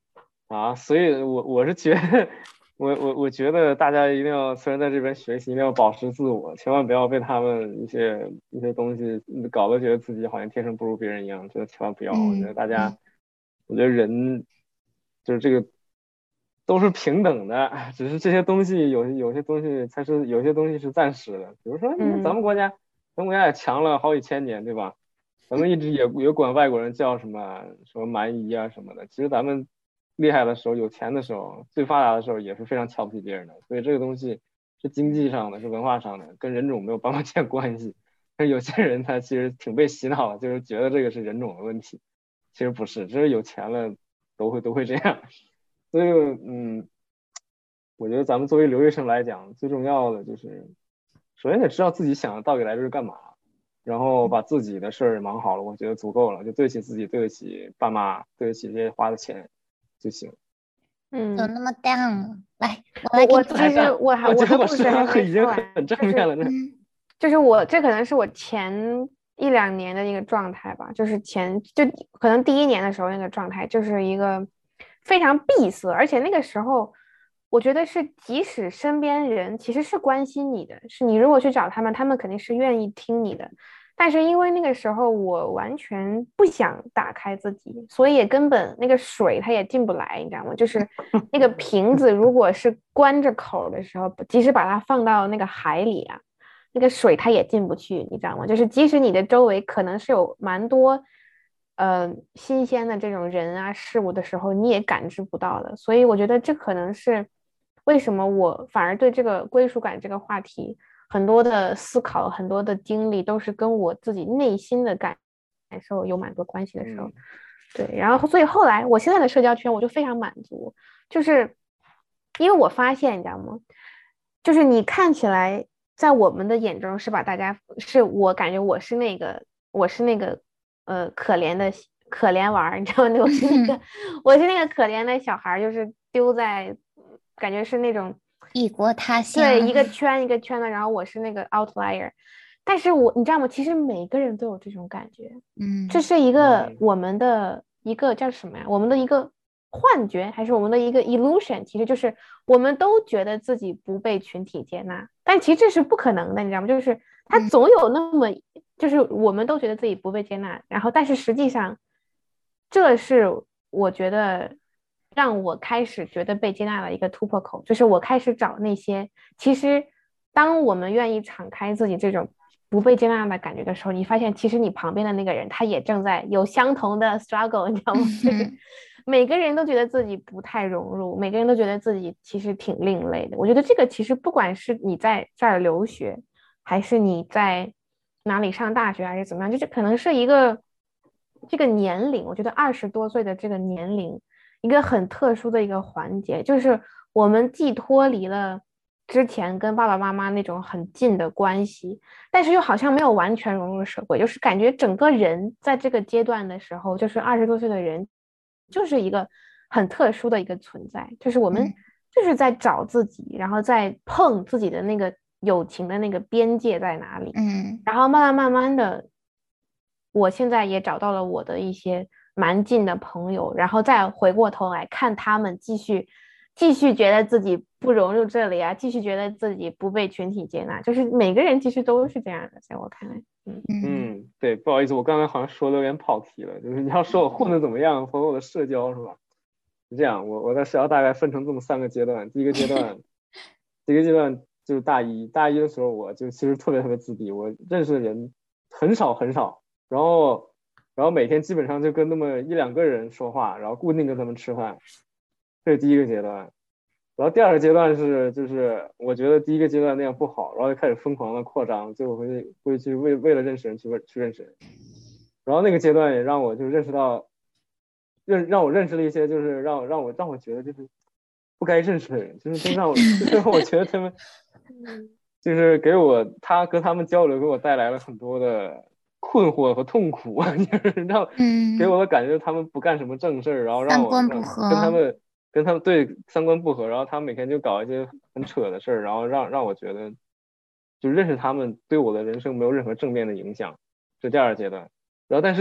啊，所以我我是觉得，我我我觉得大家一定要，虽然在这边学习，一定要保持自我，千万不要被他们一些一些东西搞得觉得自己好像天生不如别人一样，这个千万不要。我觉得嗯大家，我觉得人就是这个都是平等的，只是这些东西有有些东西才是有些东西是暂时的，比如说你看咱嗯们国家，咱们国家也强了好几千年，对吧？咱们一直也也管外国人叫什么什么蛮夷啊什么的，其实咱们厉害的时候、有钱的时候、最发达的时候也是非常瞧不起别人的，所以这个东西是经济上的、是文化上的，跟人种没有办法建关系。但有些人他其实挺被洗脑的，就是觉得这个是人种的问题，其实不是，只是有钱了都会都会这样。所以嗯，我觉得咱们作为留学生来讲，最重要的就是首先得知道自己想到底来这是干嘛。然后把自己的事儿忙好了，我觉得足够了，就对得起自己，对得起爸妈，对得起这些花的钱就行。 怎么嗯， 那么 down 啊？来，我来我给你我其实我还我觉我的得我说故事还没的已经说完， 很正就是面了，这嗯就是我这可能是我前一两年的一个状态吧，就是前就可能第一年的时候那个状态，就是一个非常闭塞，而且那个时候我觉得是即使身边人其实是关心你的，是你如果去找他们，他们肯定是愿意听你的，但是因为那个时候我完全不想打开自己，所以也根本那个水它也进不来，你知道吗？就是那个瓶子如果是关着口的时候，即使把它放到那个海里啊。那个水它也进不去，你知道吗？就是即使你的周围可能是有蛮多，呃，新鲜的这种人啊事物的时候，你也感知不到的。所以我觉得这可能是为什么我反而对这个归属感这个话题，很多的思考、很多的经历都是跟我自己内心的感感受有蛮多关系的时候。 嗯对，然后所以后来我现在的社交圈我就非常满足，就是因为我发现，你知道吗？就是你看起来在我们的眼中是把大家是我感觉我是那个我是那个呃可怜的可怜娃儿，你知道吗？我是那个我是那个可怜的小孩，就是丢在感觉是那种异国他乡， 对一个圈一个圈的，然后我是那个 outlier。但是我你知道吗？其实每个人都有这种感觉， 嗯， 这是一个嗯我们的一个叫什么呀？我们的一个幻觉，还是我们的一个 illusion？其实就是我们都觉得自己不被群体接纳，但其实这是不可能的，你知道吗？就是他嗯总有那么，就是我们都觉得自己不被接纳，然后但是实际上，这是我觉得让我开始觉得被接纳的一个突破口，就是我开始找那些其实当我们愿意敞开自己这种不被接纳的感觉的时候，你发现其实你旁边的那个人他也正在有相同的 struggle，你知道吗？就是每个人都觉得自己不太融入，每个人都觉得自己其实挺另类的。我觉得这个其实不管是你在这儿留学，还是你在哪里上大学，还是怎么样，就是可能是一个这个年龄，我觉得二十多岁的这个年龄，一个很特殊的一个环节，就是我们既脱离了之前跟爸爸妈妈那种很近的关系，但是又好像没有完全融入社会，就是感觉整个人在这个阶段的时候，就是二十多岁的人，就是一个很特殊的一个存在，就是我们就是在找自己，然后在碰自己的那个友情的那个边界在哪里， 嗯然后慢慢慢慢的，我现在也找到了我的一些蛮近的朋友，然后再回过头来看他们继续继续觉得自己不融入这里啊，继续觉得自己不被群体接纳，就是每个人其实都是这样的，在我看来，嗯嗯嗯，对，不好意思，我刚才好像说的有点跑题了，就是你要说我混的怎么样，和我的社交是吧？是这样，我我的社交大概分成这么三个阶段，第一个阶段，第一个阶段就是大一，大一的时候我就其实特别特别自闭，我认识的人很少很少，然后然后每天基本上就跟那么一两个人说话，然后固定跟他们吃饭，这是第一个阶段。然后第二个阶段是，就是我觉得第一个阶段那样不好，然后就开始疯狂的扩张，就会会去为为了认识人去去认识人。然后那个阶段也让我就认识到，认让我认识了一些就是让让我让我觉得就是不该认识的人，就是都让我就是让我觉得他们就是给我他跟他们交流给我带来了很多的困惑和痛苦，就是让给嗯， 我的感觉他们不干什么正事儿，然后让三我让观不合， 跟他们。跟他们对三观不合，然后他们每天就搞一些很扯的事儿，然后让让我觉得，就认识他们对我的人生没有任何正面的影响，这第二阶段。然后但是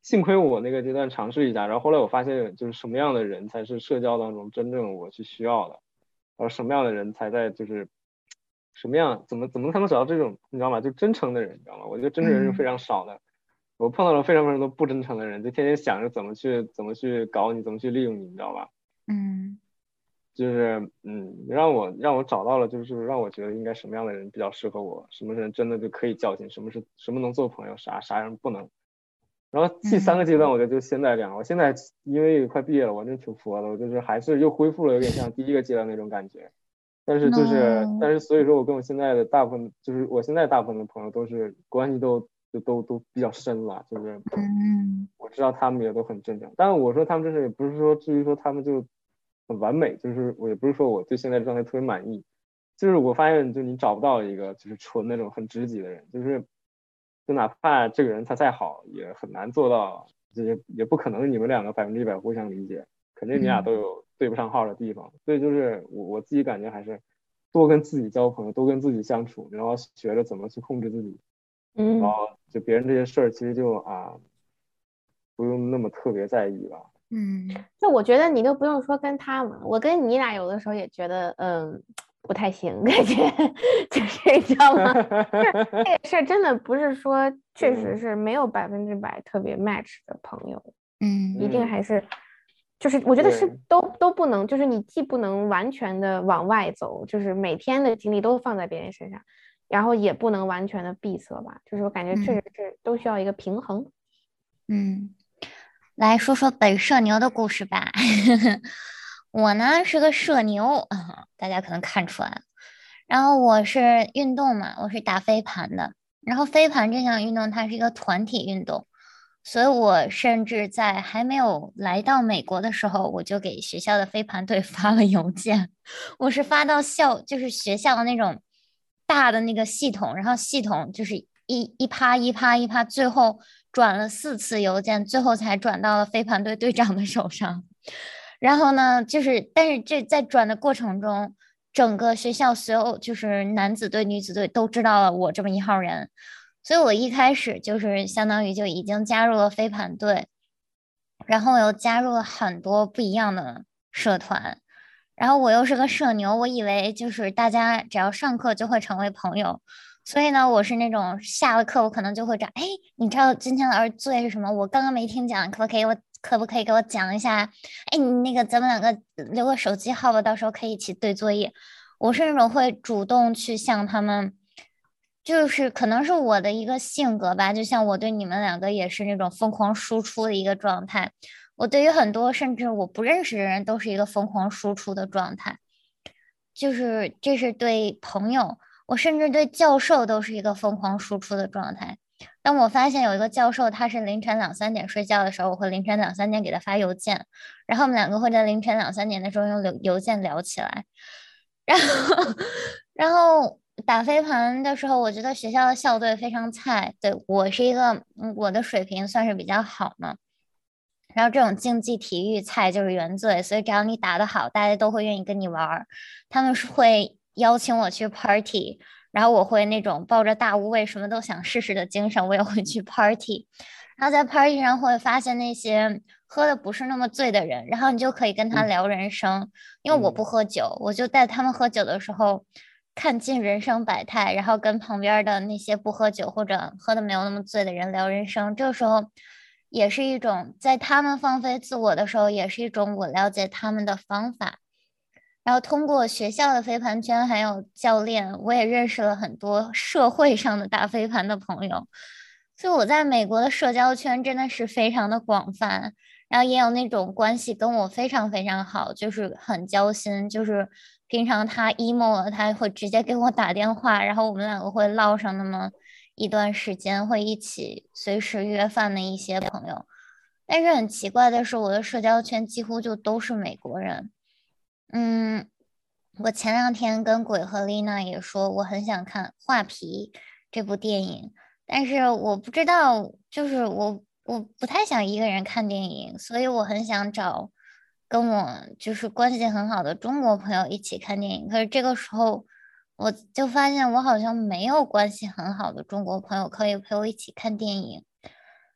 幸亏我那个阶段尝试一下，然后后来我发现就是什么样的人才是社交当中真正我去需要的，然后什么样的人才在就是什么样怎么怎么才能找到这种你知道吗？就真诚的人，你知道吗？我觉得真诚人是非常少的。我碰到了非常非常多不真诚的人，就天天想着怎么去怎么去搞你，怎么去利用你，你知道吧？ 嗯， 就是嗯，让我让我找到了，就是让我觉得应该什么样的人比较适合我，什么人真的就可以交心，什么是什么能做朋友，啥啥人不能。然后第三个阶段，我觉得就现在这样。我现在因为快毕业了，我真挺佛的，我就是还是又恢复了有点像第一个阶段那种感觉。但是就是 No 但是所以说我跟我现在的大部分就是我现在大部分的朋友都是关系都就都都比较深了，就是嗯我知道他们也都很正常。但是我说他们这是也不是说至于说他们就很完美，就是我也不是说我对现在的状态特别满意，就是我发现就你找不到一个就是纯那种很知己的人，就是就哪怕这个人他再好，也很难做到，也也不可能你们两个百分之一百互相理解，肯定你俩嗯都有对不上号的地方。所以就是我我自己感觉还是多跟自己交朋友，多跟自己相处，然后学着怎么去控制自己，然嗯后就别人这些事儿其实就啊不用那么特别在意吧。 嗯就我觉得你都不用说跟他们，我跟你俩有的时候也觉得，嗯，不太行，感觉就是你知道吗？就是这个事儿真的不是说，确实是没有百分之百特别 match 的朋友， 嗯一定嗯还是，就是我觉得是对都都不能，就是你既不能完全的往外走，就是每天的精力都放在别人身上，然后也不能完全的闭塞吧，就是我感觉确嗯实是都需要一个平衡。 嗯，来说说本社牛的故事吧。我呢是个社牛啊，大家可能看出来了。然后我是运动嘛，我是打飞盘的。然后飞盘这项运动它是一个团体运动，所以我甚至在还没有来到美国的时候，我就给学校的飞盘队发了邮件。我是发到校，就是学校的那种大的那个系统，然后系统就是一一趴一趴一趴，最后转了四次邮件，最后才转到了飞盘队队长的手上。然后呢，就是但是这在转的过程中，整个学校所有就是男子队、女子队都知道了我这么一号人，所以我一开始就是相当于就已经加入了飞盘队，然后又加入了很多不一样的社团，然后我又是个社牛，我以为就是大家只要上课就会成为朋友，所以呢，我是那种下了课我可能就会找，哎，你知道今天的儿作业是什么？我刚刚没听讲，可不可以我可不可以给我讲一下？哎，你那个咱们两个留个手机号吧，到时候可以一起对作业。我是那种会主动去向他们，就是可能是我的一个性格吧，就像我对你们两个也是那种疯狂输出的一个状态。我对于很多甚至我不认识的人都是一个疯狂输出的状态，就是这是对朋友，我甚至对教授都是一个疯狂输出的状态。当我发现有一个教授他是凌晨两三点睡觉的时候，我会凌晨两三点给他发邮件，然后我们两个会在凌晨两三点的时候用邮邮件聊起来。然后，然后打飞盘的时候，我觉得学校的校队非常菜，对，我是一个，嗯我的水平算是比较好嘛。然后这种竞技体育菜就是原罪，所以只要你打得好，大家都会愿意跟你玩儿。他们是会邀请我去 party，然后我会那种抱着大无畏什么都想试试的精神，我也会去 party。然后在 party 上会发现那些喝的不是那么醉的人，然后你就可以跟他嗯聊人生。因为我不嗯喝酒，我就带他们喝酒的时候看尽人生百态，然后跟旁边的那些不喝酒或者喝的没有那么醉的人聊人生。这个时候也是一种在他们放飞自我的时候，也是一种我了解他们的方法。然后通过学校的飞盘圈还有教练，我也认识了很多社会上的打飞盘的朋友。所以我在美国的社交圈真的是非常的广泛，然后也有那种关系跟我非常非常好，就是很交心，就是平常他 emo 了，他会直接给我打电话，然后我们两个会唠上那么一段时间，会一起随时约饭的一些朋友。但是很奇怪的是，我的社交圈几乎就都是美国人。嗯，我前两天跟鬼和丽娜也说，我很想看《画皮》这部电影，但是我不知道，就是我我不太想一个人看电影，所以我很想找跟我就是关系很好的中国朋友一起看电影。可是这个时候，我就发现我好像没有关系很好的中国朋友可以陪我一起看电影。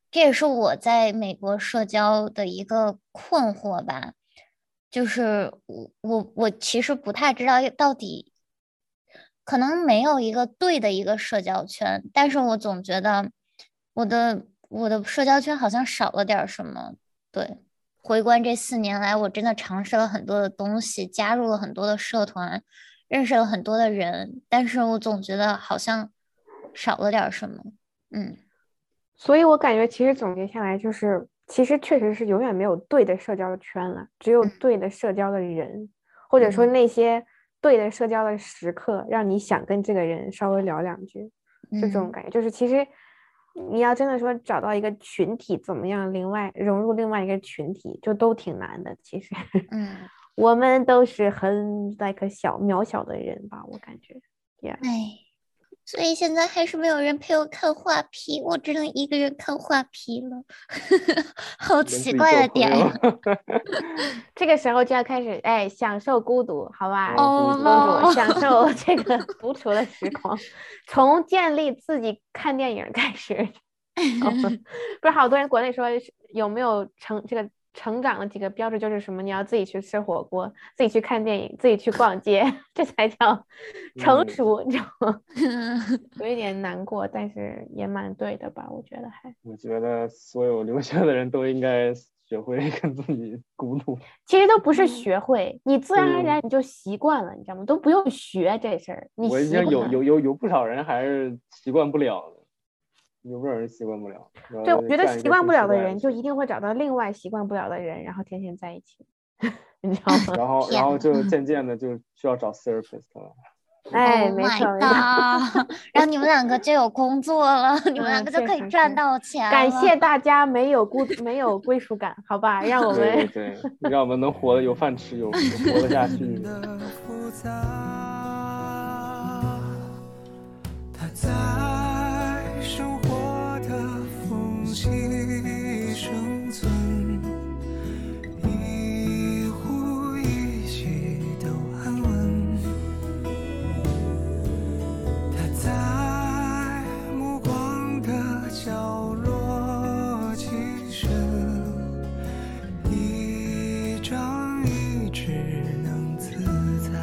这也是我在美国社交的一个困惑吧，就是我我我其实不太知道到底，可能没有一个对的一个社交圈，但是我总觉得我的我的社交圈好像少了点儿什么。对，回观这四年来，我真的尝试了很多的东西，加入了很多的社团，认识了很多的人，但是我总觉得好像少了点儿什么。嗯所以我感觉其实总结下来就是，其实确实是永远没有对的社交圈了，只有对的社交的人，或者说嗯那些对的社交的时刻，让你想跟这个人稍微聊两句，就这种嗯感觉。就是其实你要真的说找到一个群体怎么样，另外融入另外一个群体，就都挺难的。其实嗯， 我们都是很 like 小渺小的人吧，我感觉，yeah。 哎。所以现在还是没有人陪我看画皮，我只能一个人看画皮了，好跟奇自己做怪的点朋友。 呀！ 这个时候就要开始哎享受孤独，好吧， 享受孤哦独公主享喽， 受这个独处的时光，从建立自己看电影开始。好吧不是好多人国内说有没有成这个成长的几个标志，就是什么你要自己去吃火锅，自己去看电影，自己去逛街，这才叫成嗯， 熟，你知道吗？有一点难过，但是也蛮对的吧，我觉得还。 我觉得所有留学的人都应该学会跟自己孤独。 其实都不是嗯学会，你自然而嗯然你就习惯了，你知道吗？都不用学这事儿，你我已习惯了。 经有有有有不少人还是习惯不了的，有不少人习惯不了，然对，我后觉得干一个新习惯不了的奇怪的事， 人就一定会找到另外习惯不了的人，然后天天在一起，你知道吗？ 然后然天呐后就渐渐的就需要找 therapist 了。 哎， ，Oh 没 my 错没错， god！然后你们两个就有工作了，你们两嗯， 个就可以确实是。 赚到钱感了。 谢大家没有孤没有归属感，好吧，让我对对们对，让我们能活得有饭吃，有有活得下去。 变得复杂，它在生活的缝隙生存，一呼一吸都安稳，它在目光的角落栖身，一张一只能自在。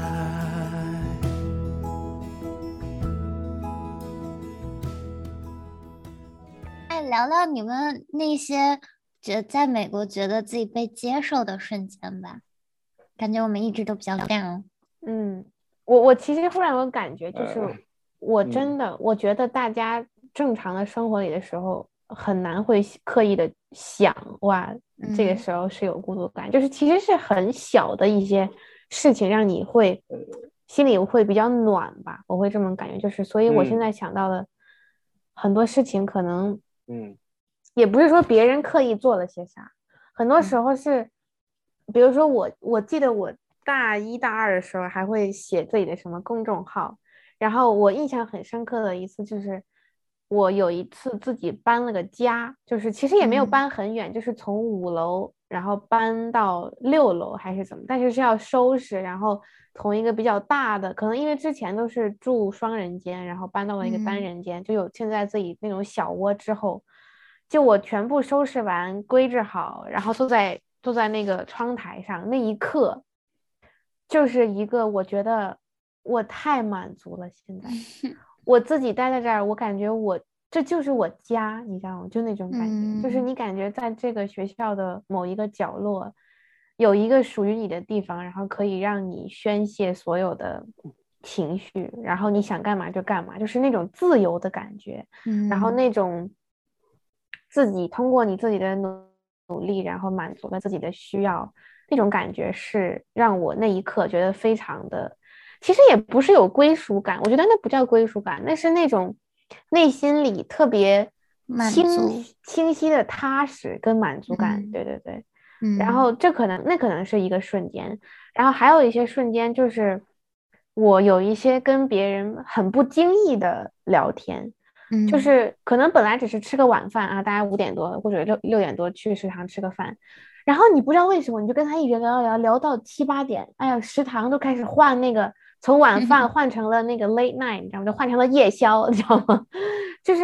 哎，聊聊你们那些觉在美国觉得自己被接受的瞬间吧，感觉我们一直都比较 down。 嗯，我我其实忽然有感觉，就是呃我嗯真的，我觉得大家正常的生活里的时候，很难会刻意的想，哇，这个嗯时候是有孤独感，就是其实是很小的一些事情，让你会心里会比较暖吧，我会这么感觉，就是所以我现嗯在想到的很多事情，可能嗯也不是说别人刻意做了些啥，很多时嗯候是，比如说我，我记得我大一大二的时候还会写自己的什么公众号，然后我印象很深刻的一次就是我有一次自己搬了个家，就是其实也没有嗯搬很远，就是从五楼然后搬到六楼还是怎么，但是是要收拾，然后从一个比较大的，可能因为之前都是住双人间，然后搬到了一个单嗯人间，就有现在自己那种小窝之后。就我全部收拾完归置好，然后坐在坐在那个窗台上，那一刻，就是一个我觉得我太满足了。现在我自己待在这儿，我感觉我这就是我家，你知道吗？就那种感觉，就是嗯你感觉在这个学校的某一个角落，有一个属于你的地方，然后可以让你宣泄所有的情绪，然后你想干嘛就干嘛，就是那种自由的感觉。然后嗯那种自己通过你自己的努努力，然后满足了自己的需要，那种感觉是让我那一刻觉得非常的，其实也不是有归属感，我觉得那不叫归属感，那是那种内心里特别满清足清晰的踏实跟满足感， 嗯对对对。 嗯然后这可能那可能是一个瞬间，然后还有一些瞬间就是我有一些跟别人很不经意的聊天，就嗯是可能本来只是吃个晚饭啊，大家五点多或者六六点多去食堂吃个饭，然后你不知道为什么你就跟他一直聊聊聊聊到七八点，哎呀，食堂都开始换那个从晚饭换成了那个 late night，你知道吗？就换成了夜宵，你知道吗？就是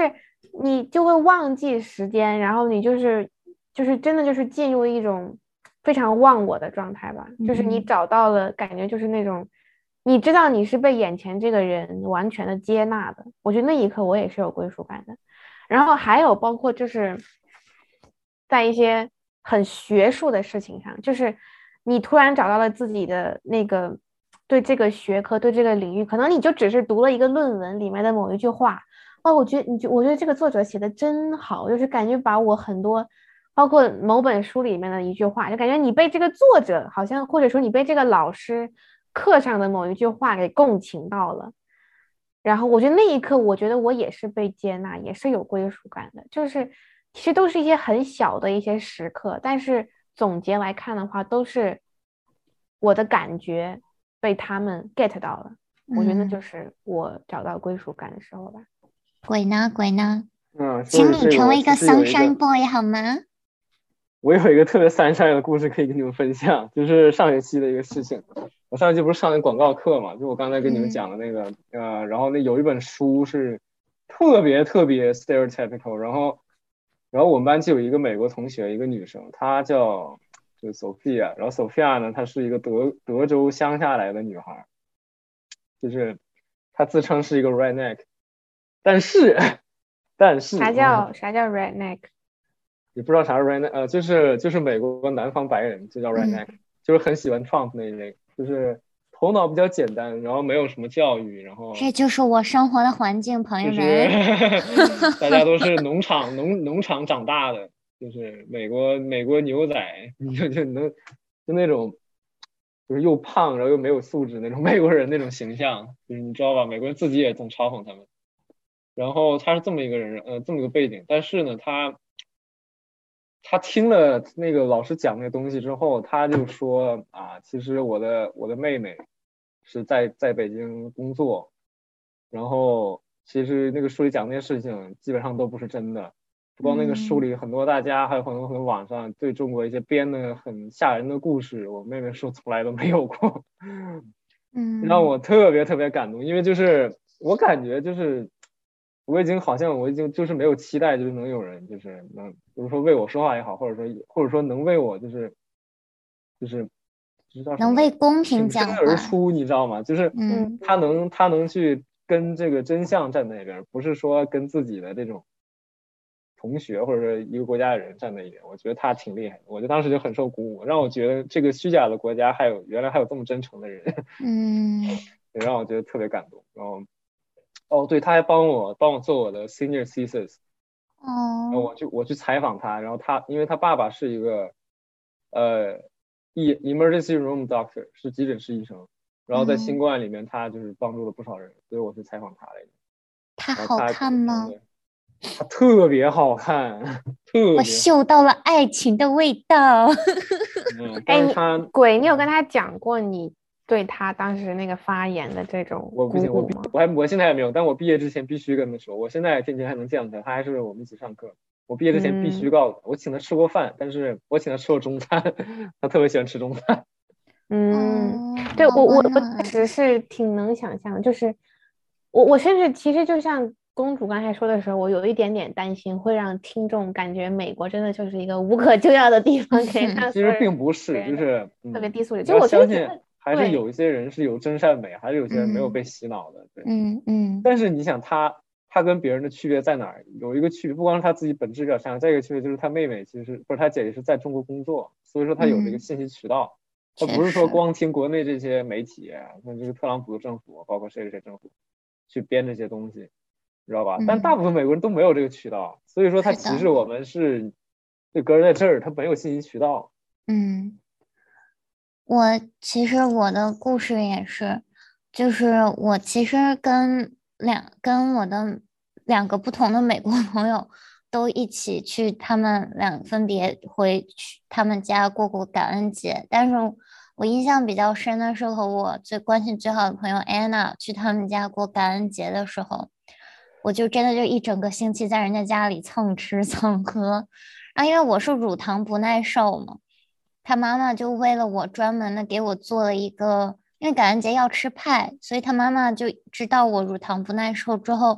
你就会忘记时间，然后你就是就是真的就是进入一种非常忘我的状态吧，就是你嗯找到了感觉就是那种你知道你是被眼前这个人完全的接纳的，我觉得那一刻我也是有归属感的。然后还有包括就是在一些很学术的事情上，就是你突然找到了自己的那个对这个学科对这个领域，可能你就只是读了一个论文里面的某一句话，哦，我觉得你就我觉得这个作者写的真好，就是感觉把我很多包括某本书里面的一句话，就感觉你被这个作者好像或者说你被这个老师课上的某一句话给共情到了。然后我觉得那一刻，我觉得我也是被接纳，也是有归属感的。就是其实都是一些很小的一些时刻，但是总结来看的话，都是我的感觉被他们 get 到了。我觉得那就嗯， 是我找到归属感的时候吧。 鬼呢鬼呢， 嗯，说请你起这个，我其成为一个实有一个 sunshine boy 好吗？ 我有一个特别三山的故事可以跟你们分享，就是上学期的一个事情。我上学期不是上那广告课嘛，就我刚才跟你们讲的那个，呃，然后那有一本书是特别特别 stereotypical，然后，然后我们班就有一个美国同学，一个女生，她叫就是 Sophia，然后 Sophia 呢，她是一个德德州乡下来的女孩，就是她自称是一个 redneck，但是但是啥叫啥叫 redneck？ 你不知道啥是 redneck，呃，就是就是美国南方白人就叫 redneck，、 嗯， 就是很喜欢 Trump 那一类，就是头脑比较简单，然后没有什么教育，然后这就是我生活的环境，朋友就是们。 大家都是农场农农场长大的，就是美国美国牛仔，你就就能就那种就是又胖然后又没有素质那种美国人那种形象，就是你知道吧？美国人自己也总嘲讽他们。然后他是这么一个人，呃，这么一个背景，但是呢，他他听了那个老师讲那个东西之后，他就说啊，其实我的我的妹妹是在在北京工作，然后其实那个书里讲那些事情基本上都不是真的，不光那个书嗯里很多大家还有很多很多网上对中国一些编的很吓人的故事，我妹妹说从来都没有过，让嗯， 我特别特别感动，因为就是我感觉就是我已经好像我已经就是没有期待，就是能有人就是能，比如说为我说话也好，或者说或者说能为我就是就是就是叫什能么为公平挺身讲话。 而出，你知道吗？就是嗯他能他能去跟这个真相站那边，不是说跟自己的这种同学或者说一个国家的人站在一边，我觉得他挺厉害的，我就当时就很受鼓舞，让我觉得这个虚假的国家还有原来还有这么真诚的人， 嗯也让我觉得特别感动。然后哦，对，他还帮我帮我做我的 senior thesis，然后哦我去我去采访他，然后他因为他爸爸是一个呃 e emergency room doctor， 是急诊室医生，然后在新嗯， 冠里面他就是帮助了不少人，所以我去采访他来着。 他好然后他还看吗？ 他特别好看，特我别好， 嗅到了爱情的味道。 嗯， 哎，你但是他鬼，你有跟他讲过你对他当时那个发言的这种我不行，我鼓舞吗？ 毕我还我现在还没有，但我毕业之前必须跟他说，我现在天天还能见到他，他还是我们一起上课。我毕业之前必须嗯告诉他，我请他吃过饭，但是我请他吃过中餐，他特别喜欢吃中餐。 嗯， 哦， 对好我我我温暖。 确实是挺能想象的，就是我我甚至其实就像公主刚才说的时候，我有一点点担心会让听众感觉美国真的就是一个无可救药的地方，可以让所有人其实并不是，就人都是嗯， 特别低素质。 你要就我真相信， 的觉得， 还是对， 有一些人是有真善美，还是有些人没有嗯被洗脑的，对。 嗯嗯但是你想他，他跟别人的区别在哪儿？有一个区别，不光是他自己本质比较像，再一个区别就是他妹妹其实或者他姐姐是在中国工作，所以说他有这个嗯， 信息渠道，他确不是说实。 光听国内这些媒体，像这个特朗普政府，包括谁谁谁政府去编这些东西，知道吧？但大嗯， 部分美国人都没有这个渠道，所以说他是的。 歧视我们是这根儿在这儿，他没有信息渠道。 嗯。我其实我的故事也是，就是我其实跟两跟我的两个不同的美国朋友都一起去，他们俩分别回去他们家过过感恩节。但是我印象比较深的是和我最关系最好的朋友 Anna 去他们家过感恩节的时候，我就真的就一整个星期在人家家里蹭吃蹭喝，然后因为我是乳糖不耐受嘛。他妈妈就为了我专门的给我做了一个，因为感恩节要吃派，所以他妈妈就知道我乳糖不耐受之后，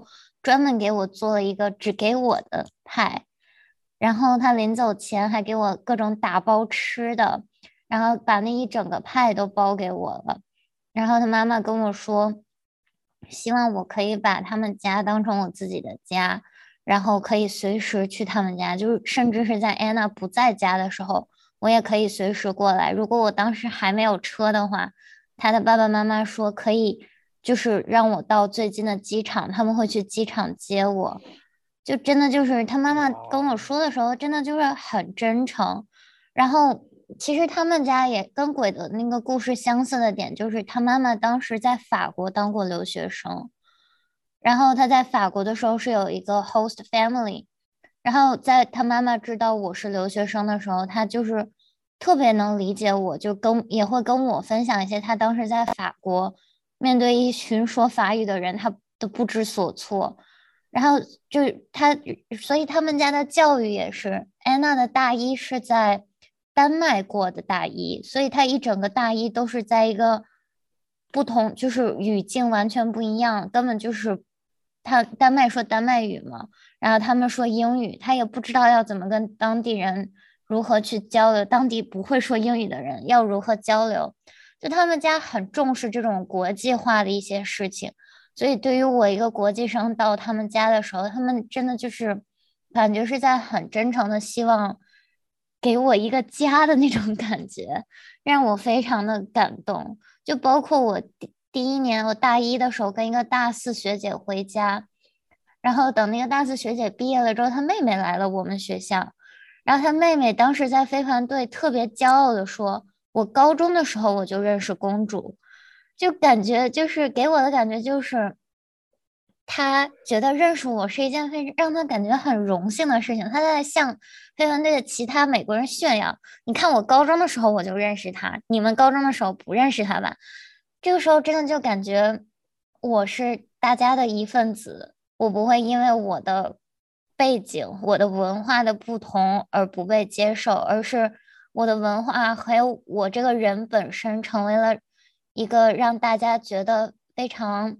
专门给我做了一个只给我的派，然后他临走前还给我各种打包吃的，然后把那一整个派都包给我了。然后他妈妈跟我说，希望我可以把他们家当成我自己的家，然后可以随时去他们家，就是甚至是在安娜不在家的时候，我也可以随时过来。如果我当时还没有车的话，他的爸爸妈妈说可以，就是让我到最近的机场，他们会去机场接我。就真的就是他妈妈跟我说的时候，真的就是很真诚。然后其实他们家也跟鬼的那个故事相似的点，就是他妈妈当时在法国当过留学生，然后他在法国的时候是有一个 host family，然后在他妈妈知道我是留学生的时候，他就是特别能理解我，就跟也会跟我分享一些他当时在法国面对一群说法语的人，他的不知所措。然后就他，所以他们家的教育也是，安娜的大一是在丹麦过的大一，所以他一整个大一都是在一个不同，就是语境完全不一样，根本就是他丹麦说丹麦语嘛，然后他们说英语，他也不知道要怎么跟当地人如何去交流，当地不会说英语的人要如何交流，就他们家很重视这种国际化的一些事情。所以对于我一个国际生到他们家的时候，他们真的就是感觉是在很真诚的希望给我一个家的那种感觉，让我非常的感动。就包括我第第一年我大一的时候跟一个大四学姐回家，然后等那个大四学姐毕业了之后，她妹妹来了我们学校，然后她妹妹当时在飞盘队特别骄傲的说，我高中的时候我就认识公主。就感觉就是给我的感觉就是，他觉得认识我是一件非让他感觉很荣幸的事情。他在向飞盘队的其他美国人炫耀：“你看，我高中的时候我就认识他，你们高中的时候不认识他吧？”这个时候真的就感觉我是大家的一份子，我不会因为我的背景、我的文化的不同而不被接受，而是我的文化还有我这个人本身成为了一个让大家觉得非常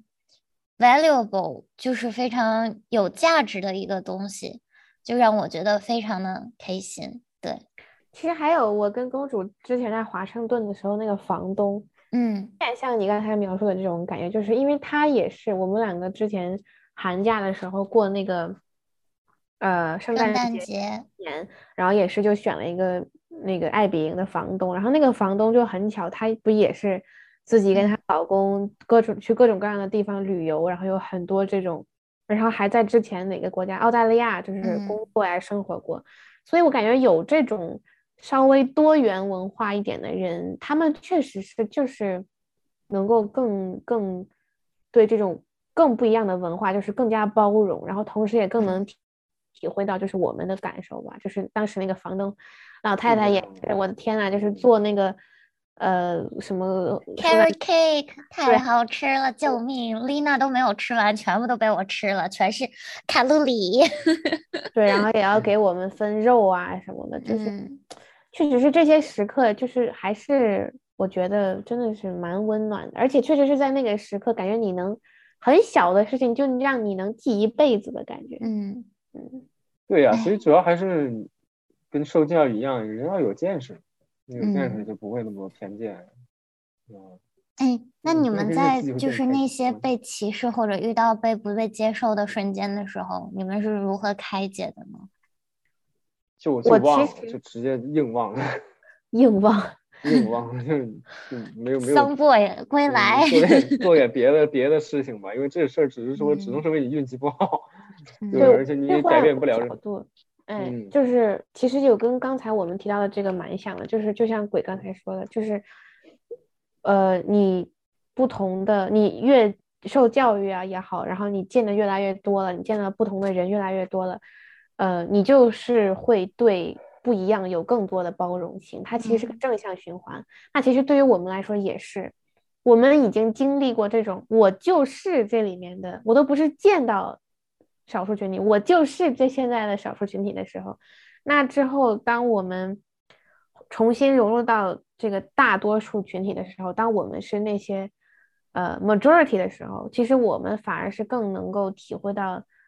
valuable，就是非常有价值的一个东西，就让我觉得非常的开心。对， 其实还有我跟公主之前在华盛顿的时候，那个房东， 嗯， 有点像你刚才描述的这种感觉，就是因为他也是我们两个之前寒假的时候过那个呃圣圣诞节诞节， 前，然后也是就选了一个那个爱彼迎的房东，然后那个房东就很巧，他不也是自己跟她老公各种去各种各样的地方旅游，然后有很多这种，然后还在之前哪个国家澳大利亚就是嗯工作呀、生活过，所以我感觉有这种稍微多元文化一点的人，他们确实是就是能够更更对这种更不一样的文化就是更加包容，然后同时也更能体体会到就是我们的感受吧。就是当时那个房东老太太也是，我的天呐，就是做那个呃什么 carrot cake 太好吃了，救命！Lina 都没有吃完，全部都被我吃了，全是卡路里。 对，然后也要给我们分肉啊什么的，就是、 嗯、 确实是这些时刻，就是还是我觉得真的是蛮温暖的，而且确实是在那个时刻，感觉你能很小的事情就让你能记一辈子的感觉。 嗯嗯， 对呀、所以主要还是跟受教育一样，人要有见识，有见识嗯， 就不会那么多偏见。嗯， 哎，那你们嗯在自己会就是更开心那些嗯被歧视或者遇到被不被接受的瞬间的时候，你们是如何开解的呢？ 就就我其忘了， 实就直接硬忘了， 硬忘。 硬忘了，就就没有没有桑 boy 归嗯来。 做点做点别的别的事情吧，因为这事儿只是说只能嗯说明你运气不好， 嗯对， 对， 而且你也改切换变不了人。 角度，哎， 嗯， 就是其实有跟刚才我们提到的这个蛮像的，就是就像鬼刚才说的，就是呃，你不同的，你越受教育啊也好，然后你见的越来越多了，你见到不同的人越来越多了，呃，你就是会对不一样有更多的包容性，它其实是个嗯正向循环。那其实对于我们来说也是，我们已经经历过这种，我就是这里面的，我都不是见到少数群体，我就是这现在的少数群体的时候，那之后当我们重新融入到这个大多数群体的时候，当我们是那些呃 majority 的时候，其实我们反而是更能够体会到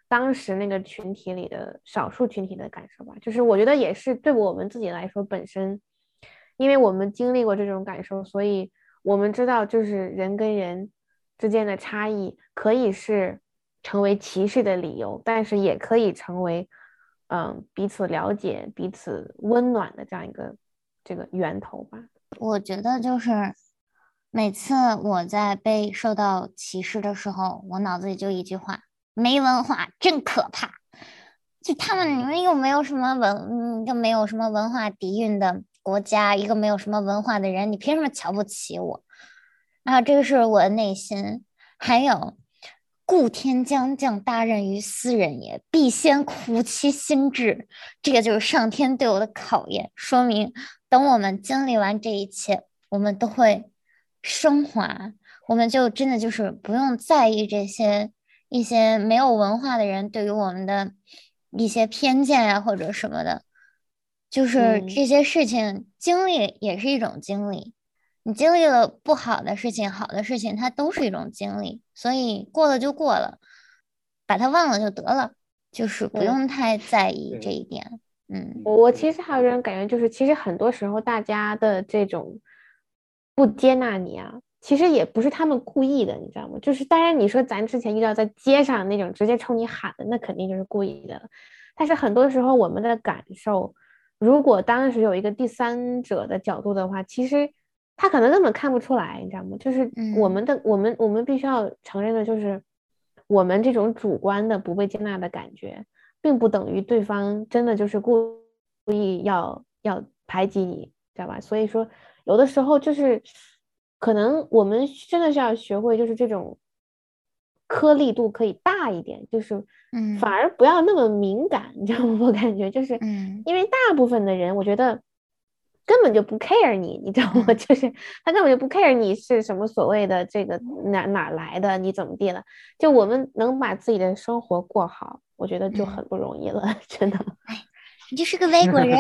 当时那个群体里的少数群体的感受吧。就是我觉得也是对我们自己来说本身，因为我们经历过这种感受，所以我们知道就是人跟人之间的差异可以是成为歧视的理由，但是也可以成为嗯彼此了解彼此温暖的这样一个这个源头吧。 我觉得就是每次我在被受到歧视的时候，我脑子里就一句话：没文化真可怕。就他们，你们又没有什么文，嗯，一个没有什么文化底蕴的国家，一个没有什么文化的人，你凭什么瞧不起我？然后这个是我的内心。还有，故天将降大任于斯人也，必先苦其心志。这个就是上天对我的考验，说明等我们经历完这一切，我们都会升华，我们就真的就是不用在意这些一些没有文化的人对于我们的一些偏见啊或者什么的，就是嗯这些事情经历也是一种经历。你经历了不好的事情，好的事情，它都是一种经历，所以过了就过了，把它忘了就得了，就是不对用太在意对这一点。嗯我我其实还有这种感觉，就是其实很多时候大家的这种不接纳你啊，其实也不是他们故意的，你知道吗？就是当然你说咱之前遇到在街上那种直接冲你喊的，那肯定就是故意的了。但是很多时候我们的感受，如果当时有一个第三者的角度的话，其实他可能根本看不出来，你知道吗？就是我们的、嗯、我们我们必须要承认的就是，我们这种主观的不被接纳的感觉，并不等于对方真的就是故意要要排挤你，知道吧？所以说有的时候就是可能我们真的是要学会就是这种颗粒度可以大一点，就是反而不要那么敏感，嗯、你知道吗？我感觉就是因为大部分的人我觉得根本就不 care 你，你知道吗？就是他根本就不 care 你是什么所谓的这个哪哪来的，你怎么地了？就我们能把自己的生活过好，我觉得就很不容易了，嗯、真的。 哎，你就是个外国人。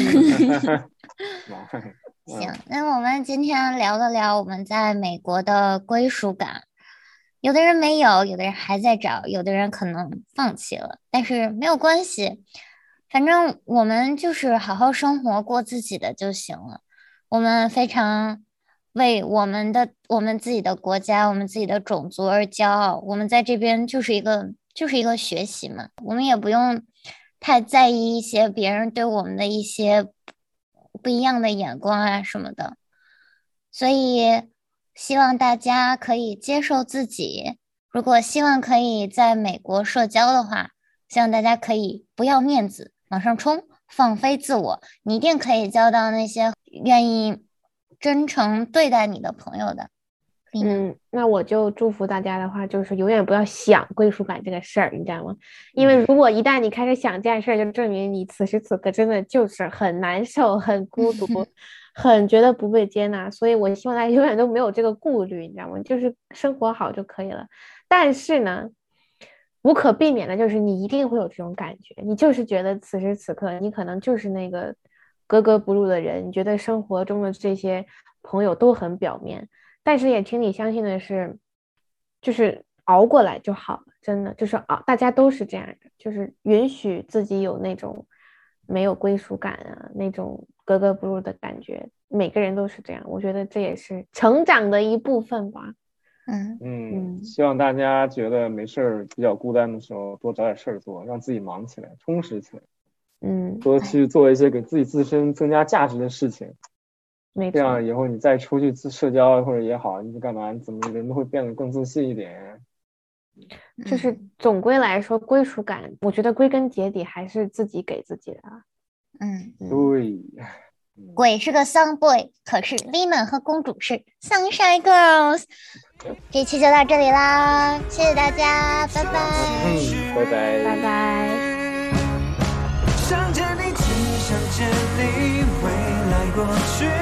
行，那我们今天聊了聊我们在美国的归属感，有的人没有，有的人还在找，有的人可能放弃了，但是没有关系。反正我们就是好好生活，过自己的就行了。我们非常为我们的我们自己的国家、我们自己的种族而骄傲。我们在这边就是一个就是一个学习嘛，我们也不用太在意一些别人对我们的一些不一样的眼光啊什么的。所以希望大家可以接受自己。如果希望可以在美国社交的话，希望大家可以不要面子，往上冲，放飞自我，你一定可以交到那些愿意真诚对待你的朋友的。 嗯，那我就祝福大家的话，就是永远不要想归属感这个事儿，你知道吗？因为如果一旦你开始想这件事儿，就证明你此时此刻真的就是很难受、很孤独、很觉得不被接纳。所以我希望大家永远都没有这个顾虑，你知道吗？就是生活好就可以了。但是呢，无可避免的就是你一定会有这种感觉，你就是觉得此时此刻你可能就是那个格格不入的人，你觉得生活中的这些朋友都很表面，但是也请你相信的是，就是熬过来就好了，真的就是熬，大家都是这样的，就是允许自己有那种没有归属感啊，那种格格不入的感觉，每个人都是这样，我觉得这也是成长的一部分吧。 嗯嗯，希望大家觉得没事儿、比较孤单的时候，多找点事儿做，让自己忙起来，充实起来。 嗯， 多去做一些给自己自身增加价值的事情。 没错。 这样以后你再出去自社交或者也好，你干嘛，怎么人都会变得更自信一点。 就是总归来说，归属感，我觉得归根结底还是自己给自己的。 嗯， 对。 鬼是个 sun boy， 可是 Lina 和公主是 sunshine girls。这期就到这里啦，谢谢大家，拜拜。 嗯，拜拜， 拜拜。 想着你，只想着你，未来过去。